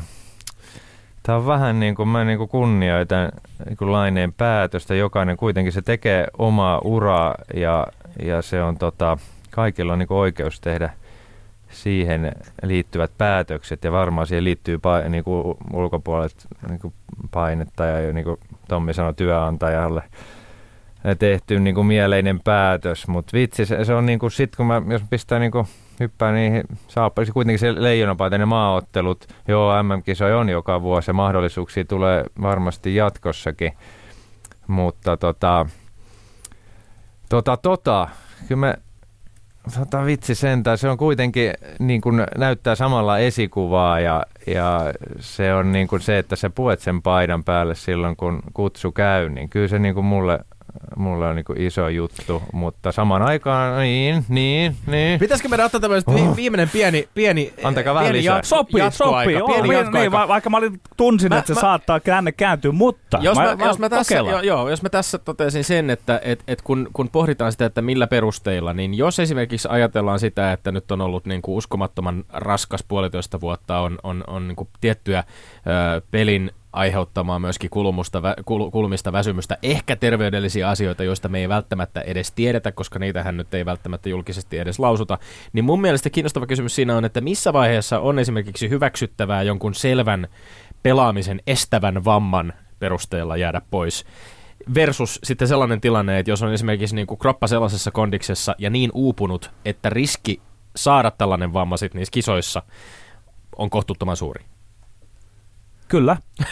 tämä on vähän niin kuin mä niin kuin kunnioitan niin kuin Laineen päätöstä. Jokainen kuitenkin se tekee omaa uraa ja, ja se on tota, kaikilla on niin kuin oikeus tehdä siihen liittyvät päätökset ja varmaan siihen liittyy pa- niin kuin ulkopuolet niin kuin painetta ja niin kuin Tommi sanoi työnantajalle tehty niin kuin mieleinen päätös, mutta vitsi se, se on niin kuin sit kun mä, jos pistää niin kuin hyppää niihin saappaisiin, kuitenkin se leijonapaita ne maaottelut, joo M M-kisoja on joka vuosi ja mahdollisuuksia tulee varmasti jatkossakin, mutta tota tota tota, kyllä me Tota vitsi sentään, se on kuitenkin niin kuin näyttää samalla esikuvaa ja, ja se on niin kuin se, että sä puet sen paidan päälle silloin kun kutsu käy, niin kyllä se niin kuin mulle, mulle on niin kuin iso juttu, mutta samaan aikaan niin, niin, niin. Pitäisikö meidän ottaa tämmöistä vi- viimeinen pieni, pieni, Antakaa vähän pieni lisää. jat- Sopii, jatkoaika, sopii. pieni Joo, jatkoaika. niin, va- vaikka mä olin, tunsin, mä, että se mä, saattaa käänne kääntyä, mutta jos mä, mä, jos mä tässä, jo, joo, jos mä tässä totesin sen, että et, et kun, kun pohditaan sitä, että millä perusteilla, niin jos esimerkiksi ajatellaan sitä, että nyt on ollut niin kuin uskomattoman raskas puolitoista vuotta, on, on, on niin kuin tiettyä ö, pelin aiheuttamaan myöskin kulumusta, vä, kul, kulumista, väsymystä, ehkä terveydellisiä asioita, joista me ei välttämättä edes tiedetä, koska niitähän nyt ei välttämättä julkisesti edes lausuta, niin mun mielestä kiinnostava kysymys siinä on, että missä vaiheessa on esimerkiksi hyväksyttävää jonkun selvän pelaamisen estävän vamman perusteella jäädä pois, versus sitten sellainen tilanne, että jos on esimerkiksi niin kuin kroppa sellaisessa kondiksessa ja niin uupunut, että riski saada tällainen vamma sitten niissä kisoissa on kohtuuttoman suuri. Kyllä.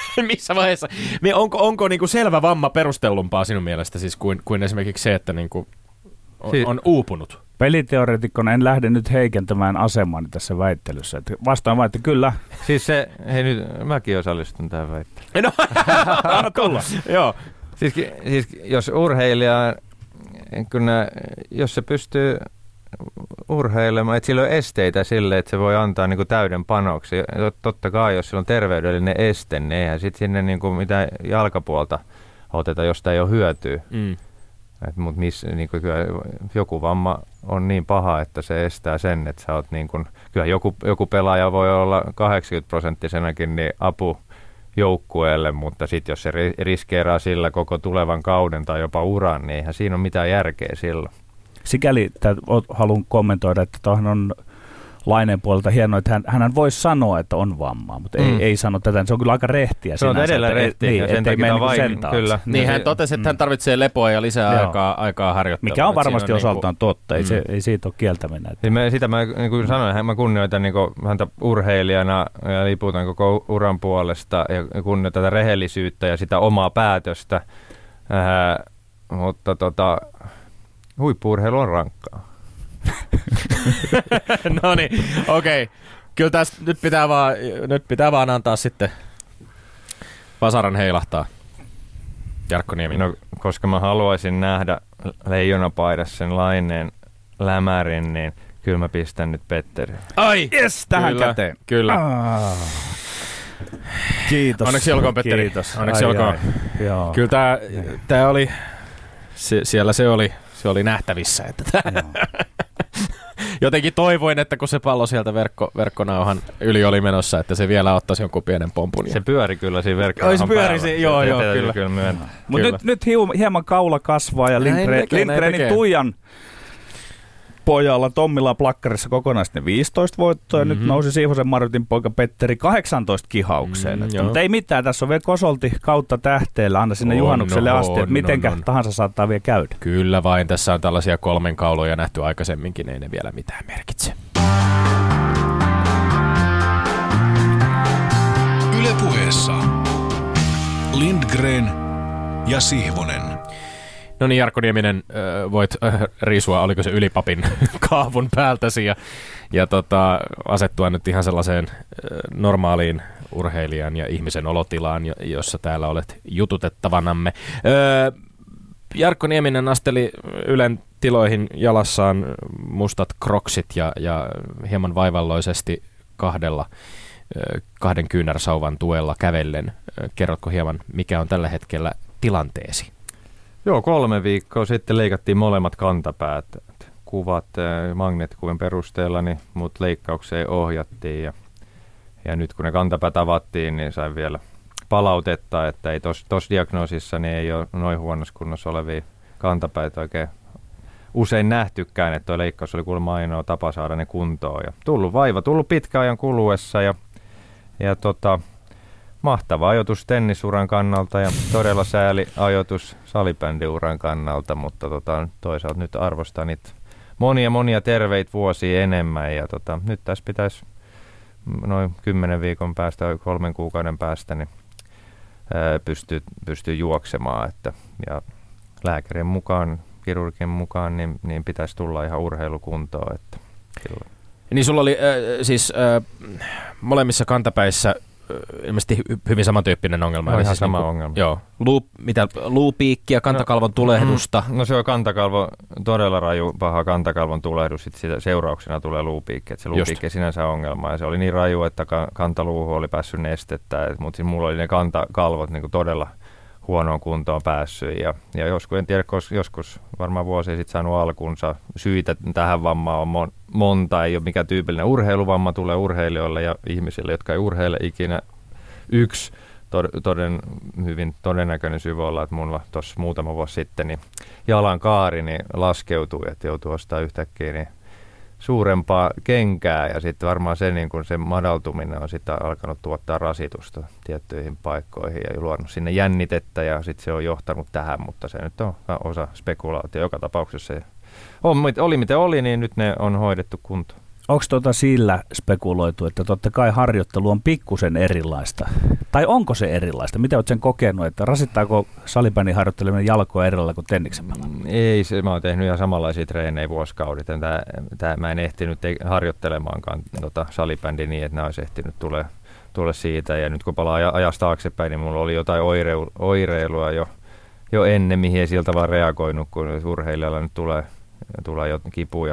Missä vaiheessa? Onko, onko niinku selvä vamma perustellumpaa sinun mielestä siis kuin, kuin esimerkiksi se, että niinku on, Siis- on uupunut? Peliteoreetikkona en lähde nyt heikentämään asemaani tässä väittelyssä. Että vastaan vaan, että kyllä. Siis se, hei nyt, mäkin osallistun tähän väittelyyn. No, anna tulla. Joo. Siis, siis jos urheilija, kun nää, jos se pystyy urheilemaan, että sillä on esteitä sille, että se voi antaa niinku täyden panoksen. Totta kai, jos sillä on terveydellinen este, niin eihän sitten sinne niinku mitään jalkapuolta oteta, josta ei ole hyötyä. Mm. Mutta niinku, joku vamma on niin paha, että se estää sen, että sä oot niinku, kyllä joku, joku pelaaja voi olla kahdeksankymmentä prosenttisenakin niin apu joukkueelle, mutta sitten jos se riskeeraa sillä koko tulevan kauden tai jopa uran, niin eihän siinä ole mitään järkeä silloin. Sikäli haluan kommentoida, että tuohon on Laineen puolelta hienoa, että hän, hän voisi sanoa, että on vammaa, mutta mm. ei, ei sano tätä. Se on kyllä aika rehtiä. Se on sinänsä, edelleen että, rehtiä. Niin, ja sen takia niin vain, sen kyllä. Niin hän totesi, että hän tarvitsee lepoa ja lisää aikaa, aikaa harjoittelua. Mikä on varmasti on osaltaan niinku, totta. Ei, mm. se, ei siitä ole kieltäminen. Niin mä, sitä mä niin kuin sanoin, mä kunnioitan niin kuin, häntä urheilijana ja liputan koko uran puolesta ja kunnioitan tätä rehellisyyttä ja sitä omaa päätöstä. Ää, mutta tota, huippu-urheilu on rankkaa. No niin, okei. Okay. Kyllä tässä nyt pitää, vaan, nyt pitää vaan antaa sitten vasaran heilahtaa. Jarkko Nieminen. No, koska mä haluaisin nähdä leijonapaidassa sen Laineen lämärin, niin kyllä mä pistän nyt Petteri. Ai! Yes, tähän kyllä, käteen. Kyllä. Ah. Kiitos. Onneksi olkoon, Petteri. Kiitos. Onneksi ai, olkoon. ai. Joo. Kyllä tää, tää oli, se, siellä se oli, se oli nähtävissä. Että tää. Jotenkin toivoin, että kun se pallo sieltä verkko, verkkonauhan yli oli menossa, että se vielä ottaisi jonkun pienen pompun. Se pyöri kyllä siinä verkkonauhan Ois pyöri päällä. se, joo, joo, kyllä. kyllä Mutta nyt, nyt hiu, hieman kaula kasvaa ja Lindgren, tekee, Lindgrenin Tuijan pojalla Tommilla plakkarissa kokonaisesti viisitoista voittoa ja mm-hmm. nyt nousi Siivosen Marjutin poika Petteri kahdeksantoista kihaukseen. Mm, että, mutta ei mitään, tässä on vielä Kosolti kautta tähteellä, anna sinne on, juhannukselle no, asti, että mitenkä on. tahansa saattaa vielä käydä. Kyllä vain, tässä on tällaisia kolmen kauloja nähty aikaisemminkin, ei ne vielä mitään merkitse. Yle Puheessa Lindgren ja Sihvonen. No niin, Jarkko Nieminen, voit riisua, oliko se ylipapin kaavun päältäsi ja, ja tota, asettua nyt ihan sellaiseen normaaliin urheilijan ja ihmisen olotilaan, jossa täällä olet jututettavanamme. Öö, Jarkko Nieminen asteli Ylen tiloihin jalassaan mustat kroksit ja, ja hieman vaivalloisesti kahdella, kahden kyynärsauvan tuella kävellen. Kerrotko hieman, mikä on tällä hetkellä tilanteesi? Joo, kolme viikkoa sitten leikattiin molemmat kantapäät. Kuvat magneettikuvien perusteella, niin mut leikkaukseen ohjattiin. Ja, ja nyt kun ne kantapäät avattiin, niin sain vielä palautetta, että ei tuossa diagnoosissa niin ei ole noin huonossa kunnossa olevia kantapäitä oikein usein nähtykään, että tuo leikkaus oli kuulemma ainoa tapa saada ne kuntoon. Ja tullut vaiva, tullut pitkän ajan kuluessa ja, ja tota, mahtava ajoitus tennisuran kannalta ja todella sääli ajoitus salibändiuran kannalta, mutta tota, toisaalta nyt arvostan niitä monia monia terveitä vuosia enemmän ja tota, nyt tässä pitäisi noin kymmenen viikon päästä, kolmen kuukauden päästä niin pystyy, pystyy juoksemaan että, ja lääkärin mukaan, kirurgin mukaan niin, niin pitäisi tulla ihan urheilukuntoon. Että, niin sulla oli äh, siis äh, molemmissa kantapäissä ilmeisesti hyvin samantyyppinen ongelma. No, ihan siis sama niin kuin, ongelma. Joo. Luu, mitä, luupiikkiä, kantakalvon tulehdusta. No, no se on kantakalvo, todella raju, paha kantakalvon tulehdus. Sitten sitä seurauksena tulee luupiikki. Että se luupiikki ei sinänsä ongelma. Ja se oli niin raju, että kantaluuhu oli päässyt nestettä. Mutta siis mulla oli ne kantakalvot niin kuin todella huonoon kuntoon päässyt. Ja, ja joskus, en tiedä, joskus varmaan vuosia sitten saanut alkunsa. Syitä tähän vammaan on mon, monta. Ei ole mikään tyypillinen urheiluvamma. Tulee urheilijoille ja ihmisille, jotka ei urheile ikinä. Yksi toden, hyvin todennäköinen syy voi olla, että mulla tuossa muutama vuosi sitten niin jalan kaari niin laskeutui, että joutui ostamaan yhtäkkiä niin suurempaa kenkää ja sitten varmaan se, niin kun se madaltuminen on sitten alkanut tuottaa rasitusta tiettyihin paikkoihin ja luonut sinne jännitettä ja sitten se on johtanut tähän, mutta se nyt on osa spekulaatio. Joka tapauksessa se on, oli miten oli, niin nyt ne on hoidettu kuntoon. Onko tuota sillä spekuloitu, että totta kai harjoittelu on pikkusen erilaista? Tai onko se erilaista? Mitä olet sen kokenut, että rasittaako salibändin harjoitteleminen jalkoa erilailla kuin tenniksen pelaaminen? Ei, se, mä oon tehnyt ihan samanlaisia treenejä vuosikaudet. Tää, tää, mä en ehtinyt te- harjoittelemaankaan tota, salibändi niin, että nämä olisi ehtinyt tulee tule siitä. Ja nyt kun palaa ajasta taaksepäin, niin mulla oli jotain oireu- oireilua jo, jo ennen, mihin ei siltä vaan reagoinut, kun urheilijalla nyt tulee, tulee jo kipuja.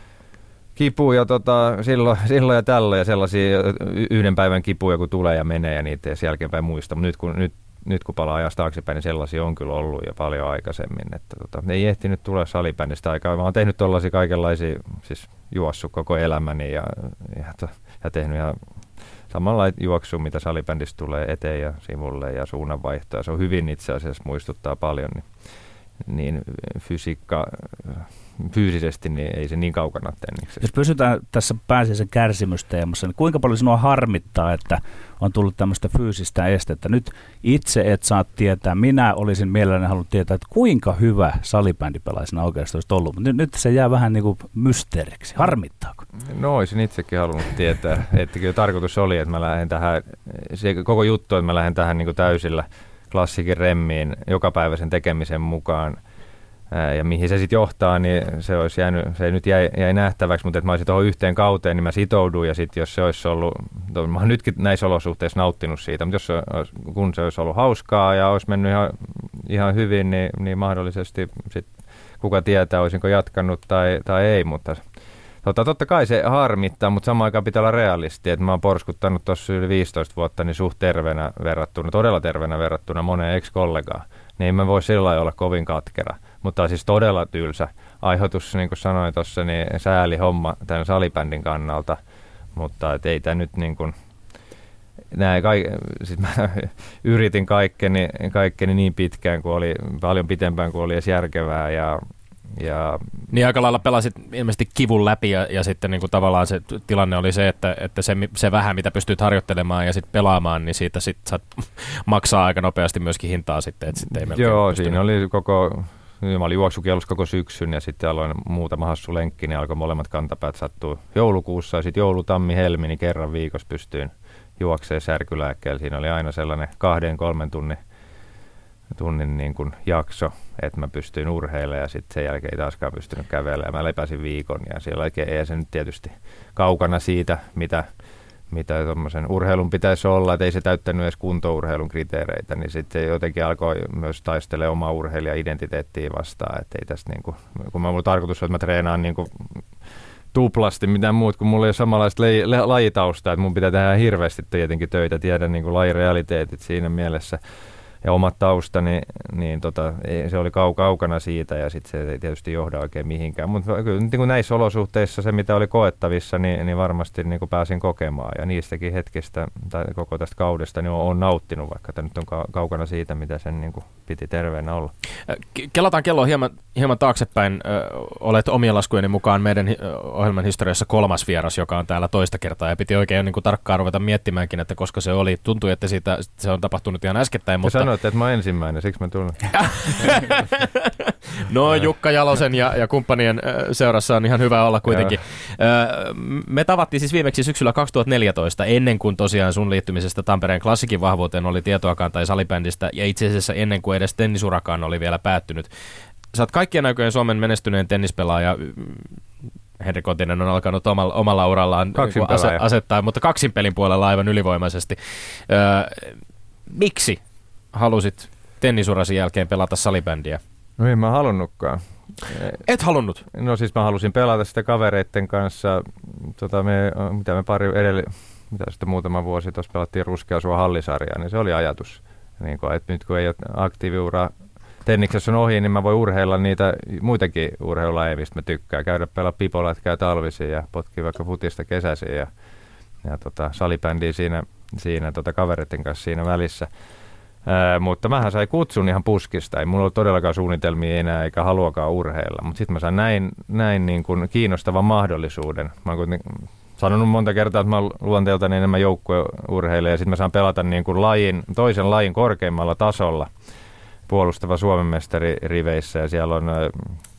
Kipuja tota, silloin, silloin ja tällöin ja sellaisia yhden päivän kipuja, kun tulee ja menee ja niitä ei sen jälkeenpäin muista. Mutta nyt kun, nyt, nyt kun palaa ajasta taaksepäin, niin sellaisia on kyllä ollut jo paljon aikaisemmin. Että, tota, ei ehtinyt tulla salibändistä aikaa. Mä oon tehnyt tollaisia kaikenlaisia, siis juossut koko elämäni ja, ja, ja tehnyt ihan samanlaista juoksua, mitä salibändistä tulee eteen ja sivulle ja suunnanvaihtoa. Se on hyvin itse asiassa muistuttaa paljon. Niin, niin fysiikka, fyysisesti niin ei se niin kaukana tenniksessä. Jos pysytään tässä pääsiäisen kärsimysteemassa, niin kuinka paljon sinua harmittaa, että on tullut tämmöistä fyysistä estettä? Nyt itse et saa tietää, minä olisin mielelläni halunnut tietää, että kuinka hyvä salibändipelaisena oikeasti olisi ollut, mutta nyt, nyt se jää vähän niin kuin mysteeriksi. Harmittaako? No olisin itsekin halunnut tietää, että kyllä tarkoitus oli, että mä lähden tähän, se koko juttu, että mä lähden tähän niin kuin täysillä klassikin remmiin jokapäiväisen tekemisen mukaan. Ää, ja mihin se sitten johtaa, niin se olisi jäänyt, se nyt jäi, jäi nähtäväksi, mutta että mä olisin tuohon yhteen kauteen, niin mä sitouduin ja sitten jos se olisi ollut, mä oon nytkin näissä olosuhteissa nauttinut siitä, mutta jos se olisi, kun se olisi ollut hauskaa ja olisi mennyt ihan, ihan hyvin, niin, niin mahdollisesti sit kuka tietää, olisinko jatkanut tai, tai ei, mutta Tota, totta kai se harmittaa, mutta samaan aikaan pitää olla realisti, että mä oon porskuttanut tuossa yli viisitoista vuotta niin suht terveenä verrattuna, todella terveenä verrattuna moneen ex-kollegaan, niin ei mä voi sillä lailla olla kovin katkera, mutta on siis todella tylsä aiheutus, niin kuin sanoin tuossa, niin sääli homma tämän salibändin kannalta, mutta et ei tämä nyt niin kuin, näin, kaik, sit mä yritin kaikkeni, kaikkeni niin pitkään kuin oli, paljon pitempään kuin oli edes järkevää ja Ja, niin aika lailla pelasit ilmeisesti kivun läpi ja, ja sitten niin kuin tavallaan se tilanne oli se, että, että se, se vähän mitä pystyt harjoittelemaan ja sitten pelaamaan, niin siitä sitten saat maksaa aika nopeasti myöskin hintaa sitten. Että sitten ei joo, pystynyt. Siinä oli koko, mä olin juoksukielossa koko syksyn ja sitten aloin muutama hassu lenkki, niin alkoi molemmat kantapäät sattua joulukuussa ja sitten joulu, tammi, helmi, niin kerran viikossa pystyin juokseen särkylääkkeellä. Siinä oli aina sellainen kahden, kolmen tunnin tunnin niin kuin jakso, että mä pystyin urheilemaan ja sitten sen jälkeen ei taaskaan pystynyt kävelemään. Mä lepäsin viikon ja siellä oikein ei se nyt tietysti kaukana siitä, mitä, mitä tuommoisen urheilun pitäisi olla, että ei se täyttänyt edes kuntourheilun kriteereitä, niin sitten jotenkin alkoi myös taistelemaan omaa urheilija-identiteettiä vastaan, että ei tästä niin kuin, kun mä mulla tarkoitus on, että mä treenaan niin kuin tuplasti mitään muut, kun mulla ei ole samanlaista laji, lajitaustaa, että mun pitää tehdä hirveästi tietenkin töitä, tiedä niin kuin lajirealiteetit siinä mielessä. Ja omat taustani, niin tota, se oli kau- kaukana siitä ja sitten se ei tietysti johda oikein mihinkään. Mutta kyllä niin kuin näissä olosuhteissa se, mitä oli koettavissa, niin, niin varmasti niin kuin pääsin kokemaan. Ja niistäkin hetkistä tai koko tästä kaudesta niin olen nauttinut, vaikka tämä nyt on ka- kaukana siitä, mitä sen niin kuin piti terveenä olla. Kelataan kello hieman, hieman taaksepäin. Olet omien laskujeni mukaan meidän ohjelman historiassa kolmas vieras, joka on täällä toista kertaa. Ja piti oikein niin kuin tarkkaan ruveta miettimäänkin, että koska se oli. Tuntui, että siitä, se on tapahtunut ihan äskettäin, mutta sanoitte, että mä oon ensimmäinen, siksi mä tulin. No Jukka Jalosen ja, ja kumppanien seurassa on ihan hyvä olla kuitenkin. Me tavattiin siis viimeksi syksyllä kaksituhattaneljätoista, ennen kuin tosiaan sun liittymisestä Tampereen Klassikin vahvuuteen oli tietoakaan tai salibändistä, ja itse asiassa ennen kuin edes tennisurakaan oli vielä päättynyt. Sä oot kaikkien aikojen Suomen menestyneen tennispelaaja. Henri Kontinen on alkanut omalla, omalla urallaan ase, asettaa, mutta kaksinpelin puolella aivan ylivoimaisesti. Öö, miksi halusit tennisurasi jälkeen pelata salibändiä? No en mä halunnutkaan. Et halunnut? No siis mä halusin pelata sitä kavereitten kanssa. Tota me, mitä me pari edellä, mitä sitten muutama vuosi tuossa pelattiin Ruskeasua hallisarjaa, niin se oli ajatus. Niin kun, että nyt kun ei ole aktiiviura tenniksessä on ohi, niin mä voin urheilla niitä muitakin urheilulajeja, mistä mä tykkään. Käydä pelaa pipolätkää talvisin ja potkia vaikka futista kesäisin ja, ja tota, salibändiä siinä, siinä tota kavereitten kanssa siinä välissä. Ää, mutta mähän sain kutsun ihan puskista. Ei mulla ollut todellakaan suunnitelmia enää eikä haluakaan urheilla. Mutta sitten mä sain näin, näin niin kuin kiinnostavan mahdollisuuden. Mä oon sanonut monta kertaa, että mä oon luonteeltani enemmän joukkueurheilija. Ja sitten mä saan pelata niin kuin lajin, toisen lajin korkeimmalla tasolla puolustava Suomen mestari riveissä. Ja siellä on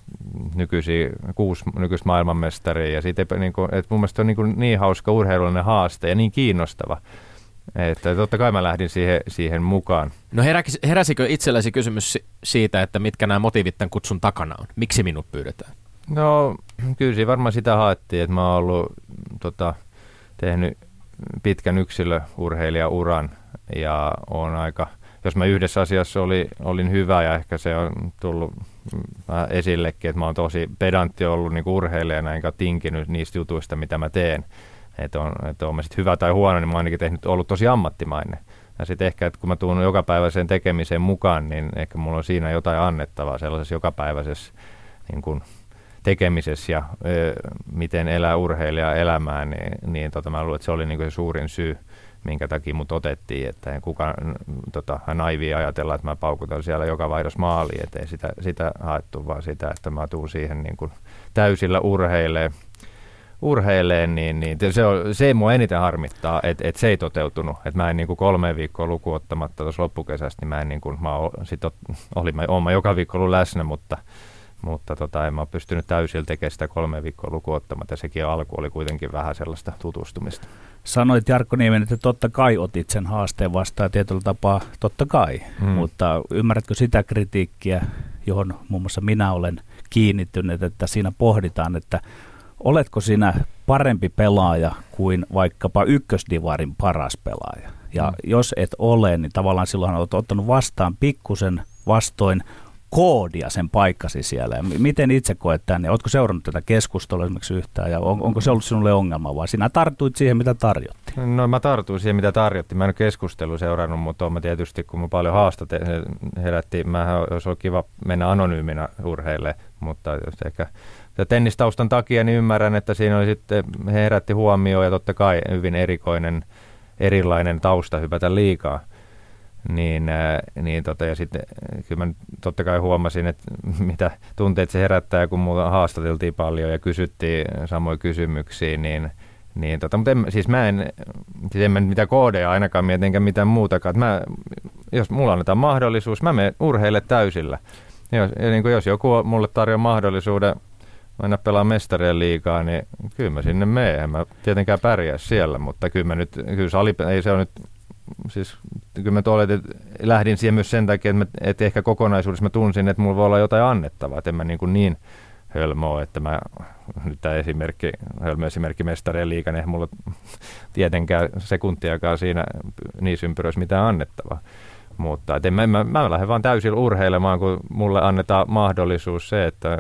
nykyisiä, kuusi nykyistä maailmanmestaria. Ja siitä, niin kuin, että mun mielestä on niin, kuin niin hauska urheilullinen haaste ja niin kiinnostava. Että totta kai mä lähdin siihen, siihen mukaan. No heräkis, heräsikö itsellesi kysymys siitä, että mitkä nämä motiivit tämän kutsun takana on? Miksi minut pyydetään? No kyllä siinä varmaan sitä haettiin, että mä oon ollut tota, tehnyt pitkän yksilöurheilijauran ja on aika, jos mä yhdessä asiassa oli, olin hyvä ja ehkä se on tullut esillekin, että mä oon tosi pedantti ollut niin kuin urheilijana enkä tinkinyt niistä jutuista, mitä mä teen. Että on, että on mä sitten hyvä tai huono, niin mä oon ainakin tehnyt, ollut tosi ammattimainen. Ja sitten ehkä, että kun mä tuun jokapäiväiseen tekemiseen mukaan, niin ehkä mulla on siinä jotain annettavaa sellaisessa jokapäiväisessä niin kuin tekemisessä ja ö, miten elää urheilija elämää, niin, niin tota, mä luulen, että se oli niin kuin se suurin syy, minkä takia mut otettiin, että kukaan tota, naivia ajatella, että mä paukutan siellä joka vaihdos maaliin, ettei sitä, sitä haettu, vaan sitä, että mä tuun siihen niin kuin täysillä urheilee, urheileen, niin, niin se, on, se ei mua eniten harmittaa, että et se ei toteutunut. Että mä en niin kuin kolme viikkoa lukuun ottamatta tuossa loppukesästä, niin mä en niin kuin, mä ol, sit ot, oli, mä, oon mä joka viikko ollut läsnä, mutta, mutta tota, en mä ole pystynyt täysillä tekemään sitä kolme viikkoa lukuun ottamatta. Sekin alku oli kuitenkin vähän sellaista tutustumista. Sanoit Jarkko Nieminen, että totta kai otit sen haasteen vastaan tietyllä tapaa, totta kai, mm. mutta ymmärrätkö sitä kritiikkiä, johon muun muassa minä olen kiinnittynyt, että siinä pohditaan, että oletko sinä parempi pelaaja kuin vaikkapa ykkösdivarin paras pelaaja? Ja mm. jos et ole, niin tavallaan silloin olet ottanut vastaan pikkusen vastoin koodia sen paikkasi siellä. Ja miten itse koet tämän? Ja oletko seurannut tätä keskustelua esimerkiksi yhtään? Ja on, onko se ollut sinulle ongelma vai sinä tartuit siihen, mitä tarjottiin? No mä tartuin siihen, mitä tarjottiin. Mä en ole keskustelua seurannut, mutta on mä tietysti, kun mä paljon haastat herättiin, mä olisi ollut kiva mennä anonyyminä urheille, mutta ehkä tennistaustan takia niin ymmärrän, että siinä oli sitten, he herätti huomioon ja totta kai hyvin erikoinen, erilainen tausta hypätä liikaa. Niin, niin tota, ja sitten kyllä mä totta kai huomasin, että mitä tunteet se herättää, kun mulla haastateltiin paljon ja kysyttiin samoja kysymyksiä, niin, niin tota, mutta en, siis mä en, siis en mä mitään koodeja ainakaan mieti, enkä mitään muutakaan. Mä, jos mulla annetaan mahdollisuus, mä menen urheille täysillä. Jos, niin kuin jos joku mulle tarjoaa mahdollisuuden mennä pelaa mestarien liigaa, niin kyllä mä sinne menen. En mä tietenkään pärjää siellä, mutta kyllä mä nyt, kyllä sali, ei se on nyt, siis kyllä mä toilet, että lähdin siihen myös sen takia, että, mä, että ehkä kokonaisuudessa mä tunsin, että mulla voi olla jotain annettavaa, että en mä niin, kuin niin hölmö ole, että mä, nyt tämä esimerkki, hölmö esimerkki mestarien liigan, eihän mulla tietenkään sekuntiakaan siinä niissä ympyröissä mitään annettavaa. Mutta et en mä, mä, mä lähden vaan täysin urheilemaan, kun mulle annetaan mahdollisuus se, että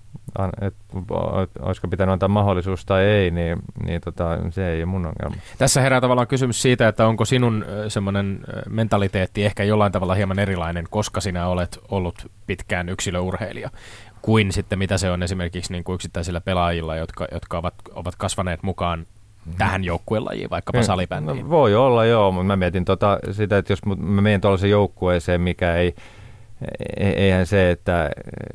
et, olisiko pitänyt antaa mahdollisuus tai ei, niin, niin tota, se ei ole mun ongelma. Tässä herää tavallaan kysymys siitä, että onko sinun semmoinen mentaliteetti ehkä jollain tavalla hieman erilainen, koska sinä olet ollut pitkään yksilöurheilija, kuin sitten mitä se on esimerkiksi niin kuin yksittäisillä pelaajilla, jotka, jotka ovat, ovat kasvaneet mukaan mm-hmm. tähän joukkuelajiin, vaikkapa salibändiin. No, voi olla joo, mutta mä mietin tota, sitä, että jos mä menen tuollaisen joukkueeseen, mikä ei, eihän se, että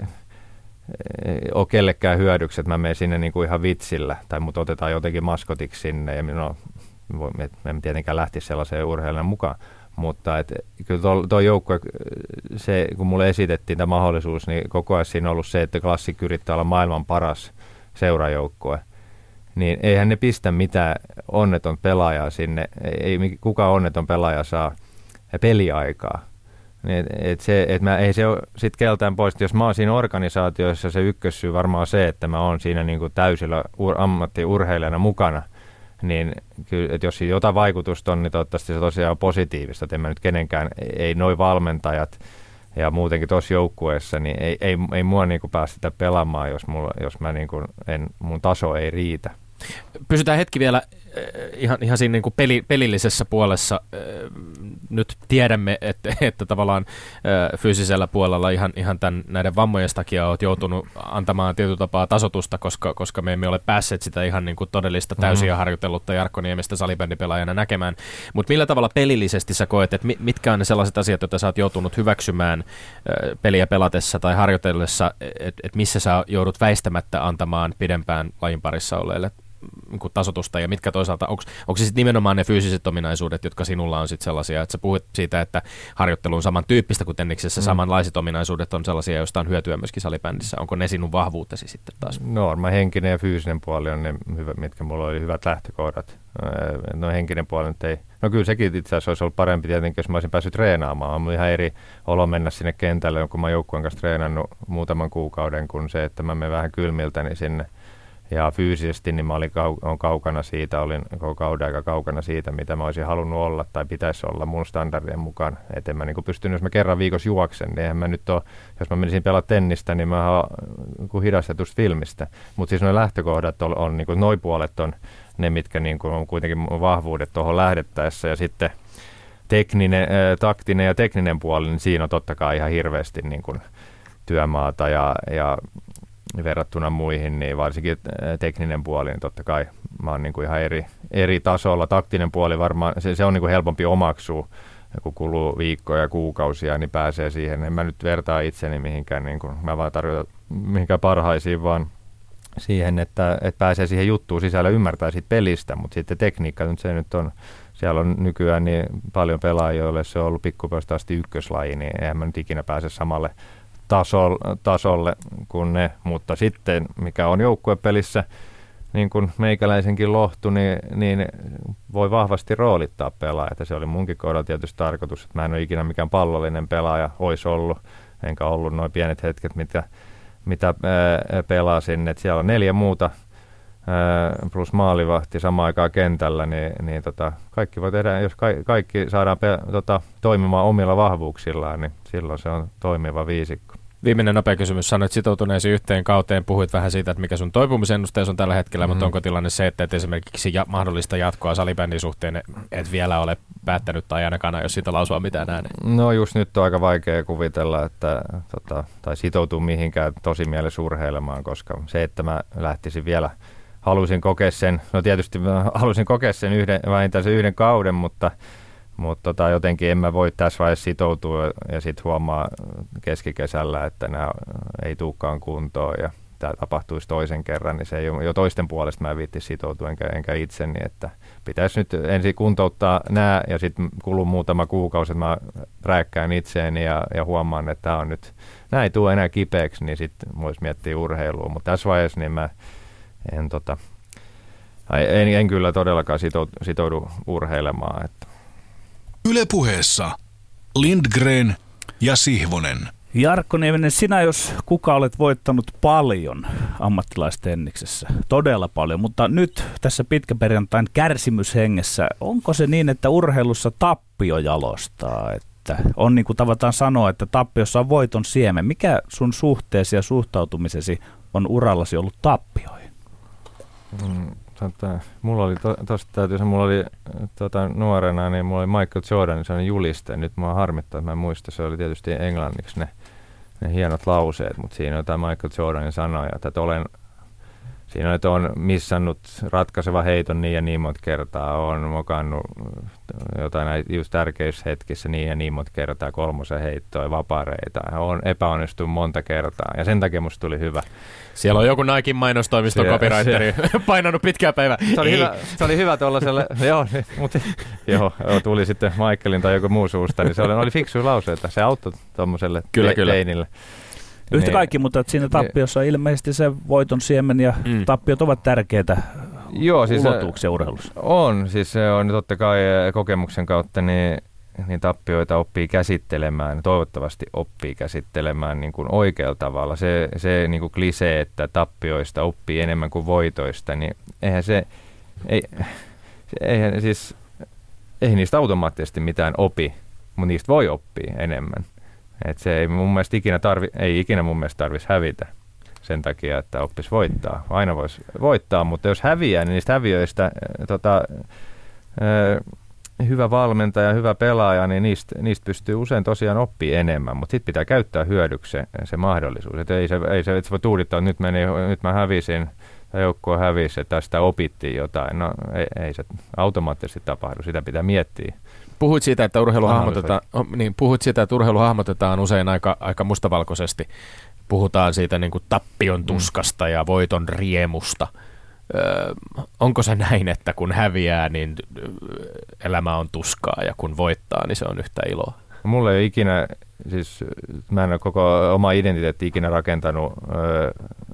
ole kellekään hyödyksi, että mä menen sinne niin kuin ihan vitsillä, tai mut otetaan jotenkin maskotiksi sinne, ja no, me emme tietenkään lähtisi sellaiseen urheilijan mukaan, mutta et, kyllä tuo, tuo joukkue, se, kun mulle esitettiin tämä mahdollisuus, niin koko ajan siinä on ollut se, että Classic yrittää olla maailman paras seurajoukkue, niin eihän ne pistä mitään onneton pelaajaa sinne, ei kukaan onneton pelaaja saa peliaikaa. Et, et se, et mä, ei se ole sitten keltään pois, jos mä oon siinä organisaatioissa, se ykkössyy varmaan on se, että mä oon siinä niinku täysillä ur, ammattiurheilijana mukana, niin kyllä, et jos siinä jotain vaikutusta on, niin toivottavasti se tosiaan on positiivista, että en mä nyt kenenkään, ei noi valmentajat ja muutenkin tuossa joukkueessa, niin ei, ei, ei mua niinku päästetä pelaamaan, jos, mulla, jos mä niinku en, mun taso ei riitä. Pysytään hetki vielä ihan, ihan siinä niin kuin peli, pelillisessä puolessa. Nyt tiedämme, että, että tavallaan fyysisellä puolella ihan, ihan tämän, näiden vammojen takia olet joutunut antamaan tietyllä tapaa tasotusta, koska, koska me emme ole päässeet sitä ihan niin kuin todellista täysiä mm-hmm. harjoitellutta Jarkko Niemestä salibändipelaajana näkemään. Mutta millä tavalla pelillisesti sä koet, että mitkä on ne sellaiset asiat, joita sä oot joutunut hyväksymään peliä pelatessa tai harjoitellessa, että et missä sä joudut väistämättä antamaan pidempään lajin parissa olleille niin kuin tasotusta ja mitkä toisaalta, onko se sitten nimenomaan ne fyysiset ominaisuudet, jotka sinulla on sitten sellaisia, että sä puhuit siitä, että harjoittelu on samantyyppistä kuin tenniksessä, mm. samanlaiset ominaisuudet on sellaisia, joista on hyötyä myöskin salibändissä. Onko ne sinun vahvuutesi sitten taas? No, mä henkinen ja fyysinen puoli on ne hyvät, mitkä mulla oli hyvät lähtökohdat. No henkinen puoli nyt ei, no kyllä sekin itse asiassa olisi ollut parempi tietenkin, jos mä olisin päässyt treenaamaan. On ihan eri olo mennä sinne kentälle, kun mä joukkueen kanssa treenannut muutaman kuukauden, kuin se, että mä menen vähän kylmiltäni sinne. Ja fyysisesti niin mä olin kau- on kaukana siitä, olin koko kauden aika kaukana siitä, mitä mä olisin halunnut olla tai pitäisi olla mun standardien mukaan. Että en mä niin pystynyt, jos mä kerran viikossa juoksen, niin eihän mä nyt ole, jos mä menisin pelaa tennistä, niin mä oon niin hidastetusta filmistä. Mutta siis nuo lähtökohdat on, on niin noi puolet on ne, mitkä niin on kuitenkin vahvuudet tuohon lähdettäessä. Ja sitten tekninen, äh, taktinen ja tekninen puoli, niin siinä on totta kai ihan hirveästi niin kuin työmaata ja, ja verrattuna muihin, niin varsinkin tekninen puoli, niin totta kai mä oon niin kuin ihan eri, eri tasolla. Taktinen puoli varmaan, se, se on niin kuin helpompi omaksua, kun kuluu viikkoja ja kuukausia, niin pääsee siihen. En mä nyt vertaa itseni mihinkään, niin kuin, mä vaan tarjoan mihinkään parhaisiin, vaan siihen, että, että pääsee siihen juttuun sisällä, ymmärtää siitä pelistä, mutta sitten tekniikka, nyt se nyt on, siellä on nykyään niin paljon pelaajia, joille se on ollut pikkupelasta asti ykköslaji, niin eihän mä nyt ikinä pääse samalle tasolle kuin ne, mutta sitten mikä on joukkuepelissä, niin kuin meikäläisenkin lohtu, niin, niin voi vahvasti roolittaa pelaajat. Se oli munkin kohdalla tietysti tarkoitus, että mä en ole ikinä mikään pallollinen pelaaja, olisi ollut, enkä ollut noin pienet hetket, mitä, mitä ää, pelasin. Et siellä on neljä muuta ää, plus maalivahti samaan aikaan kentällä, niin, niin tota, kaikki voi tehdä, jos ka- kaikki saadaan pe- tota, toimimaan omilla vahvuuksillaan, niin silloin se on toimiva viisikko. Viimeinen nopea kysymys. Sanoit sitoutuneesi yhteen kauteen, puhuit vähän siitä, että mikä sun toipumisennusteessa on tällä hetkellä, mm-hmm. mutta onko tilanne se, että et esimerkiksi ja, mahdollista jatkoa salibändin suhteen et vielä ole päättänyt tai ainakaan jos siitä lausua mitään ääneen? No just nyt on aika vaikea kuvitella, että, tota, tai sitoutua mihinkään tosi mielessä urheilemaan, koska se, että mä lähtisin vielä, halusin kokea sen, no tietysti mä halusin kokea sen yhden, vähintään sen yhden kauden, mutta Mutta tota, jotenkin en mä voi tässä vaiheessa sitoutua ja sitten huomaa keskikesällä, että nämä ei tulekaan kuntoon ja tämä tapahtuisi toisen kerran, niin se ei ole, jo toisten puolesta mä en viitti sitoutua enkä, enkä itse, niin että pitäisi nyt ensin kuntouttaa nämä ja sitten kuluu muutama kuukausi, että mä rääkkään itseeni ja, ja huomaan, että tämä on nyt, nämä ei tule enää kipeäksi, niin sitten voisi miettiä urheilua, mutta tässä vaiheessa niin mä en, tota, en, en kyllä todellakaan sitoudu, sitoudu urheilemaan, että Yle Puheessa Lindgren ja Sihvonen. Jarkko Nieminen, sinä jos kuka olet voittanut paljon ammattilaistenniksessä, todella paljon, mutta nyt tässä pitkäperjantain kärsimyshengessä, onko se niin, että urheilussa tappio jalostaa? Että on niin kuin tavataan sanoa, että tappiossa on voiton siemen. Mikä sun suhteesi ja suhtautumisesi on urallasi ollut tappioihin? Mm. Tota, mulla oli, to, tosta täytyy sanoa, mulla oli tota, nuorena, niin mulla oli Michael Jordanin sellainen juliste. Nyt mua harmittaa, että mä en muista, se oli tietysti englanniksi ne, ne hienot lauseet, mutta siinä on jotain Michael Jordanin sanoja, että olen, siinä on, että on missannut ratkaiseva heiton niin ja niin monta kertaa, on mokannut jotain näitä just tärkeissä hetkissä niin ja niin monta kertaa, kolmosen heittoja, vapareita, on epäonnistunut monta kertaa ja sen takia musta tuli hyvä. Siellä on joku Naikin mainostoimiston copywriteri painanut pitkää päivää. Se oli, hyvä, se oli hyvä tuollaiselle, joo, mutta joo, tuli sitten Michaelin tai joku muu suusta, niin se oli, oli fiksuja lauseita, se auttoi tuommoiselle te- teinille. Yhtä niin, kaikki, mutta siinä tappiossa niin, ilmeisesti se voiton siemen ja mm. tappiot ovat tärkeitä joo, siis ulotuksia urheilussa. On, siis se on totta kai kokemuksen kautta niin, niin tappioita oppii käsittelemään, toivottavasti oppii käsittelemään niin kuin oikealla tavalla. Se, se niin kuin klisee, että tappioista oppii enemmän kuin voitoista, niin eihän se, ei, eihän siis, ei niistä automaattisesti mitään opi, mutta niistä voi oppia enemmän. Et se ei mun mielestä ikinä tarvi, ei ikinä mun mielestä tarvitsisi hävitä sen takia, että oppisi voittaa. Aina voisi voittaa, mutta jos häviää, niin niistä häviöistä tota, hyvä valmentaja, hyvä pelaaja, niin niistä, niistä pystyy usein tosiaan oppimaan enemmän, mutta sitten pitää käyttää hyödyksi se, se mahdollisuus. Et ei se, ei se, et se voi tuudittaa, että nyt, meni, nyt mä hävisin, tai joukkue hävisi, että tästä opittiin jotain. No ei, ei se automaattisesti tapahdu, sitä pitää miettiä. Puhuit siitä, että urheilu hahmotetaan, niin, puhuit siitä, että urheilu hahmotetaan usein aika, aika mustavalkoisesti. Puhutaan siitä niin kuin tappion tuskasta ja voiton riemusta. Öö, onko se näin, että kun häviää, niin elämä on tuskaa ja kun voittaa, niin se on yhtä iloa? Mulla ei ole ikinä, siis mä en ole koko oma identiteetti ikinä rakentanut, öö,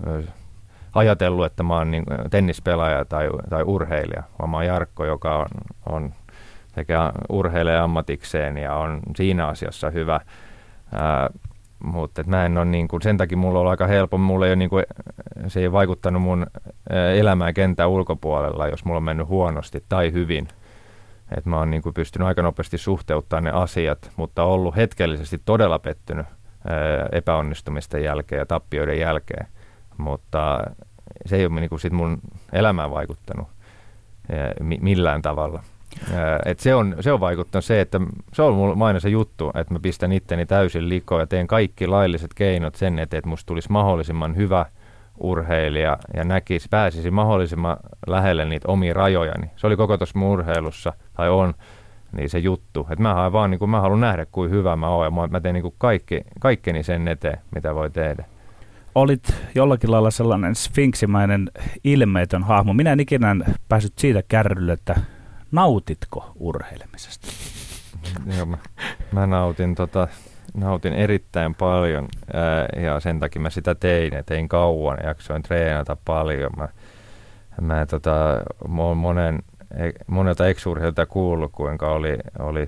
ajatellut, että mä oon niin tennispelaaja tai, tai urheilija, vaan mä oon Jarkko, joka on, on sekä urheilee ammatikseen ja on siinä asiassa hyvä. Ää, mutta mä en ole niin kuin, sen takia mulla on aika helppo, mulla ei ole niin kuin, se ei vaikuttanut mun elämään kentän ulkopuolella, jos mulla on mennyt huonosti tai hyvin. Et mä oon niin kuin pystynyt aika nopeasti suhteuttamaan ne asiat, mutta ollut hetkellisesti todella pettynyt ää, epäonnistumisten jälkeen ja tappioiden jälkeen. Mutta se ei ole niin kuin sit mun elämään vaikuttanut ää, millään tavalla. Et se, on, se on vaikuttanut se, että se on mulla aina se juttu, että mä pistän itteni täysin likoon ja teen kaikki lailliset keinot sen eteen, että musta tulisi mahdollisimman hyvä urheilija ja näkisi, pääsisi mahdollisimman lähelle niitä omia rajojani. Se oli koko tuossa mun urheilussa, tai on, niin se juttu. Että mä, vaan, niin kuin, mä haluan nähdä, kuin hyvä mä oon, ja mä teen niin kuin kaikki, kaikkeni sen eteen, mitä voi tehdä. Olit jollakin lailla sellainen sfinksimäinen ilmeetön hahmo. Minä en ikinä päässyt siitä kärrylle, että nautitko urheilemisesta? Joo, mä, mä nautin, tota, nautin erittäin paljon ää, ja sen takia mä sitä tein ja tein kauan ja jaksoin treenata paljon. Mä, mä tota, monen, monelta ex-urheilta kuullut, kuinka oli, oli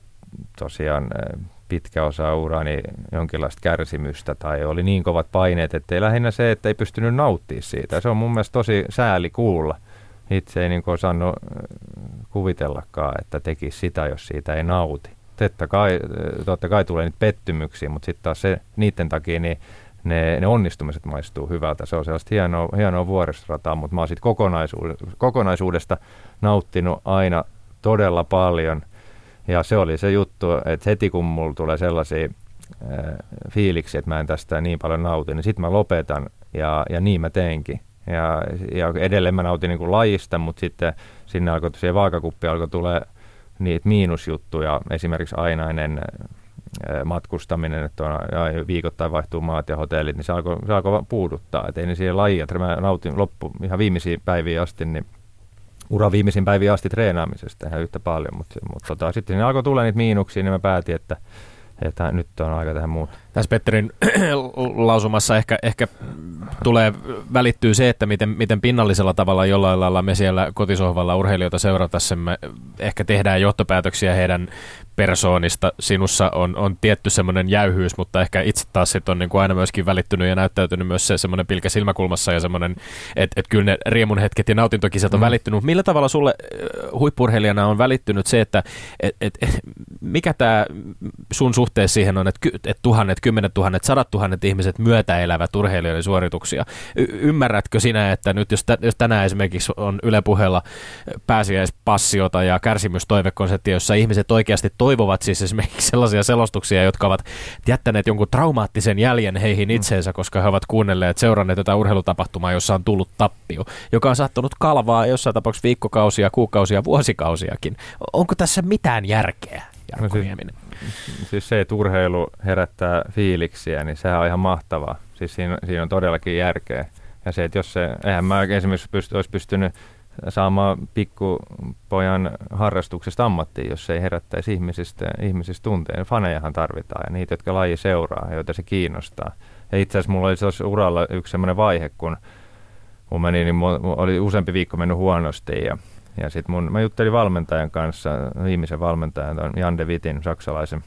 tosiaan pitkä osa urani jonkinlaista kärsimystä tai oli niin kovat paineet, ettei lähinnä se, että ei pystynyt nauttimaan siitä. Se on mun mielestä tosi sääli kuulla. Itse ei niin kuin osannut kuvitellakaan, että tekisi sitä, jos siitä ei nauti. Totta kai, totta kai tulee niitä pettymyksiä, mutta sitten taas se, niiden takia niin ne, ne onnistumiset maistuu hyvältä. Se on sellaista hienoa, hienoa vuoristorataa, mutta mä oon siitä kokonaisuudesta, kokonaisuudesta nauttinut aina todella paljon. Ja se oli se juttu, että heti kun mulla tulee sellaisia äh, fiiliksiä, että mä en tästä niin paljon nauti, niin sitten mä lopetan ja, ja niin mä teinkin. Ja, ja edelleen mä nautin niin kuin lajista, mutta sitten sinne alkoi siihen vaakakuppiin alkoi tulee niitä miinusjuttuja, esimerkiksi ainainen matkustaminen, että on, ja viikoittain vaihtuu maat ja hotellit, niin se alkoi, se alkoi puuduttaa. Et ei ne siihen lajia, mä nautin loppu ihan viimeisiin päiviin asti, niin uran viimeisiin päiviin asti treenaamisesta ihan yhtä paljon, mutta, mutta tota, sitten siinä alkoi tulla niitä miinuksia, niin mä päätin, että että nyt on aika tehdä muuta. Tässä Petterin lausumassa ehkä, ehkä tulee välittyy se, että miten, miten pinnallisella tavalla jollain lailla me siellä kotisohvalla urheilijoita seuratassamme ehkä tehdään johtopäätöksiä heidän persoonista. Sinussa on, on tietty semmoinen jäyhyys, mutta ehkä itse taas sit on niin kuin aina myöskin välittynyt ja näyttäytynyt myös se semmoinen pilke silmäkulmassa ja semmoinen, että et kyllä ne riemun hetket ja nautintokisat on mm. välittynyt. Millä tavalla sulle huippu-urheilijana on välittynyt se, että et, et, et, mikä tämä sun suhteessa siihen on, että et tuhannet, kymmenet tuhannet, sadat tuhannet ihmiset myötäelävät urheilijoiden suorituksia. Y- ymmärrätkö sinä, että nyt jos, tä, jos tänään esimerkiksi on Yle Puheella pääsiäispassiota ja kärsimystoivekonsertti, jossa ihmiset oikeasti toivovat siis esimerkiksi sellaisia selostuksia, jotka ovat jättäneet jonkun traumaattisen jäljen heihin itseensä, koska he ovat kuunnelleet, seuranneet jotain urheilutapahtumaa, jossa on tullut tappio, joka on saattanut kalvaa jossain tapauksessa viikkokausia, kuukausia, vuosikausiakin. Onko tässä mitään järkeä, Jarkko Nieminen? Siis, siis se, että urheilu herättää fiiliksiä, niin sehän on ihan mahtavaa. Siis siinä, siinä on todellakin järkeä. Ja se, että jos se, eihän mä esimerkiksi pysty, olisi pystynyt saamaan pikkupojan harrastuksesta ammattiin, jos se ei herättäisi ihmisistä, ihmisistä tunteen. Fanejahan tarvitaan ja niitä, jotka laji seuraa, joita se kiinnostaa. Ja itse asiassa mulla oli tuossa uralla yksi sellainen vaihe, kun mun meni, niin mulla oli useampi viikko mennyt huonosti ja, ja sitten mun, mä juttelin valmentajan kanssa, viimeisen valmentajan, Jan de Wittin, saksalaisen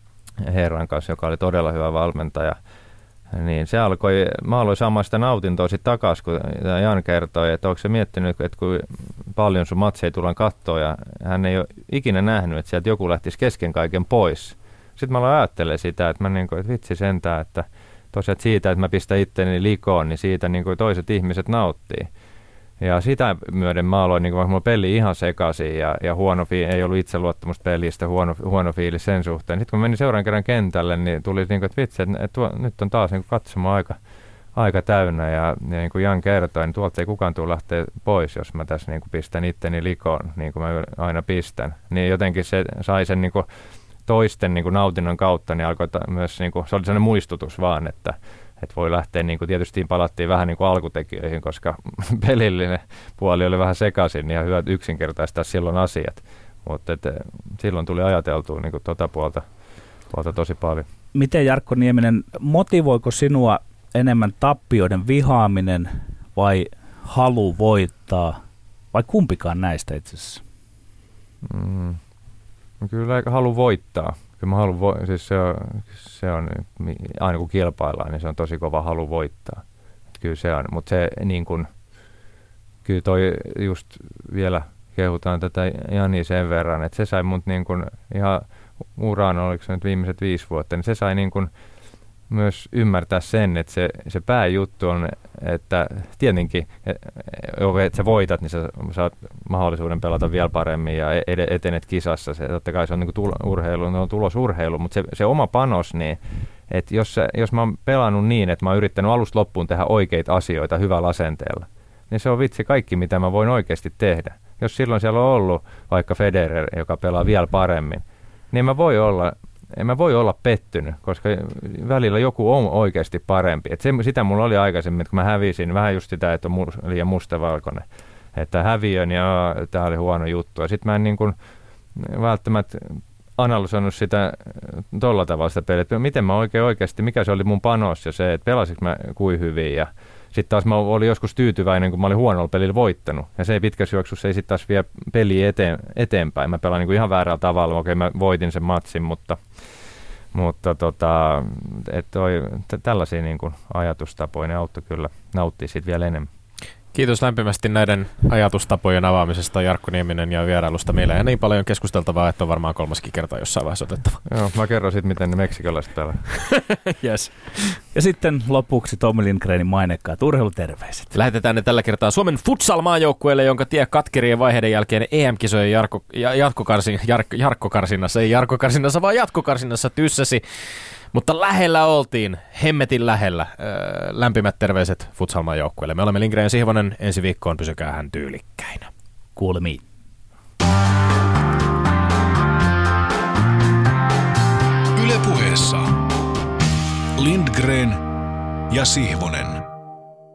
herran kanssa, joka oli todella hyvä valmentaja. Niin se alkoi, mä aloin saamaan sitä nautintoa sitten takaisin, kun Jan kertoi, että onko se miettinyt, että kun paljon sun matseja tullaan katsoa ja hän ei ole ikinä nähnyt, että sieltä joku lähtisi kesken kaiken pois. Sitten mä aloin ajattelemaan sitä, että mä niin kuin, että vitsi sentään, että tosiaan siitä, että mä pistän itteni likoon, niin siitä niin kuin toiset ihmiset nauttii. Ja sitä myöden mä aloin, niin kun mulla peli ihan sekaisin ja, ja huono fi- ei ollut itseluottamusta pelistä, huono, huono fiilis sen suhteen. Sitten kun menin seuraavan kerran kentälle, niin tuli niin kuin, että vitsi, että, että tuo, nyt on taas niin katsoma aika, aika täynnä. Ja, ja niin kuin Jan kertoi, niin tuolta ei kukaan tule lähteä pois, jos mä tässä niin kuin pistän itteni likoon, niin kuin mä aina pistän. Niin jotenkin se sai sen niin kuin toisten niin kuin nautinnon kautta, niin alkoi ta- myös, niin kuin, se oli sellainen muistutus vaan, että Että voi lähteä, niin kuin tietysti palattiin vähän niin kuin alkutekijöihin, koska pelillinen puoli oli vähän sekaisin, niin ihan hyvä yksinkertaistaa silloin asiat. Mutta silloin tuli ajateltua niin kuin tota puolta, puolta tosi paljon. Miten Jarkko Nieminen, motivoiko sinua enemmän tappioiden vihaaminen vai halu voittaa, vai kumpikaan näistä itse asiassa? Mm. Kyllä halu voittaa. Kyllä mä haluan vo- siis se on, se on, aina kun kilpaillaan, niin se on tosi kova halu voittaa. Et kyllä se on, mutta se niin kun, kyllä toi just vielä kehutaan tätä Jani sen verran, että se sai mut niin kun ihan uraan, oliko se nyt viimeiset viisi vuotta, niin se sai niin kun myös ymmärtää sen, että se, se pääjuttu on, että tietenkin, että sä voitat, niin sä saat mahdollisuuden pelata vielä paremmin ja etenet kisassa. Se, totta kai se on niin kuin urheilu, on tulosurheilu, mutta se, se oma panos, niin että jos, jos mä oon pelannut niin, että mä oon yrittänyt alusta loppuun tehdä oikeita asioita hyvällä asenteella, niin se on vitsi kaikki, mitä mä voin oikeasti tehdä. Jos silloin siellä on ollut vaikka Federer, joka pelaa vielä paremmin, niin mä voi olla En mä voi olla pettynyt, koska välillä joku on oikeasti parempi. Et se, sitä mulla oli aikaisemmin, että kun mä hävisin, vähän just sitä, että on mus, liian mustavalkoinen, että häviön ja tämä oli huono juttu. Ja sitten mä en niin kuin välttämättä analysoinut sitä tolla tavalla sitä peliä, että miten mä oikein oikeasti, mikä se oli mun panos ja se, että pelasinko mä kuin hyvin. Ja sitten taas mä olin joskus tyytyväinen, kun mä olin huonolla pelillä voittanut. Ja se ei pitkässä juoksussa ei sitten taas vie peliä eteen, eteenpäin. Mä pelaan niin kuin ihan väärällä tavalla. Okei, mä voitin sen matsin, mutta, mutta tota, et toi, t- tällaisia niin kuin ajatustapoja ne auttoi kyllä nauttia siitä vielä enemmän. Kiitos lämpimästi näiden ajatustapojen avaamisesta, Jarkko Nieminen, ja vierailusta. Meillä ei niin paljon keskusteltavaa, että on varmaan kolmaskin kerta jossain vaiheessa otettava. Joo, mä kerron sitten, miten ne meksikolaiset pelaa. Yes. Ja sitten lopuksi Tommi Lindgrenin mainekkaat urheiluterveiset. Lähetetään ne tällä kertaa Suomen futsal-maajoukkueelle, jonka tie katkerien vaiheiden jälkeen E M-kisojen Jarkko, jatkokarsin, Jarkko, Jarkkokarsinnassa, ei Jarkkokarsinnassa, vaan jatkokarsinnassa tyssäsi. Mutta lähellä oltiin, hemmetin lähellä. Öö, lämpimät terveiset futsalmaan joukkueelle. Me olemme Lindgren ja Sihvonen. Ensi viikkoon pysykää hän tyylikkäinä. Kuulemiin. Yle Puheessa Lindgren ja Sihvonen.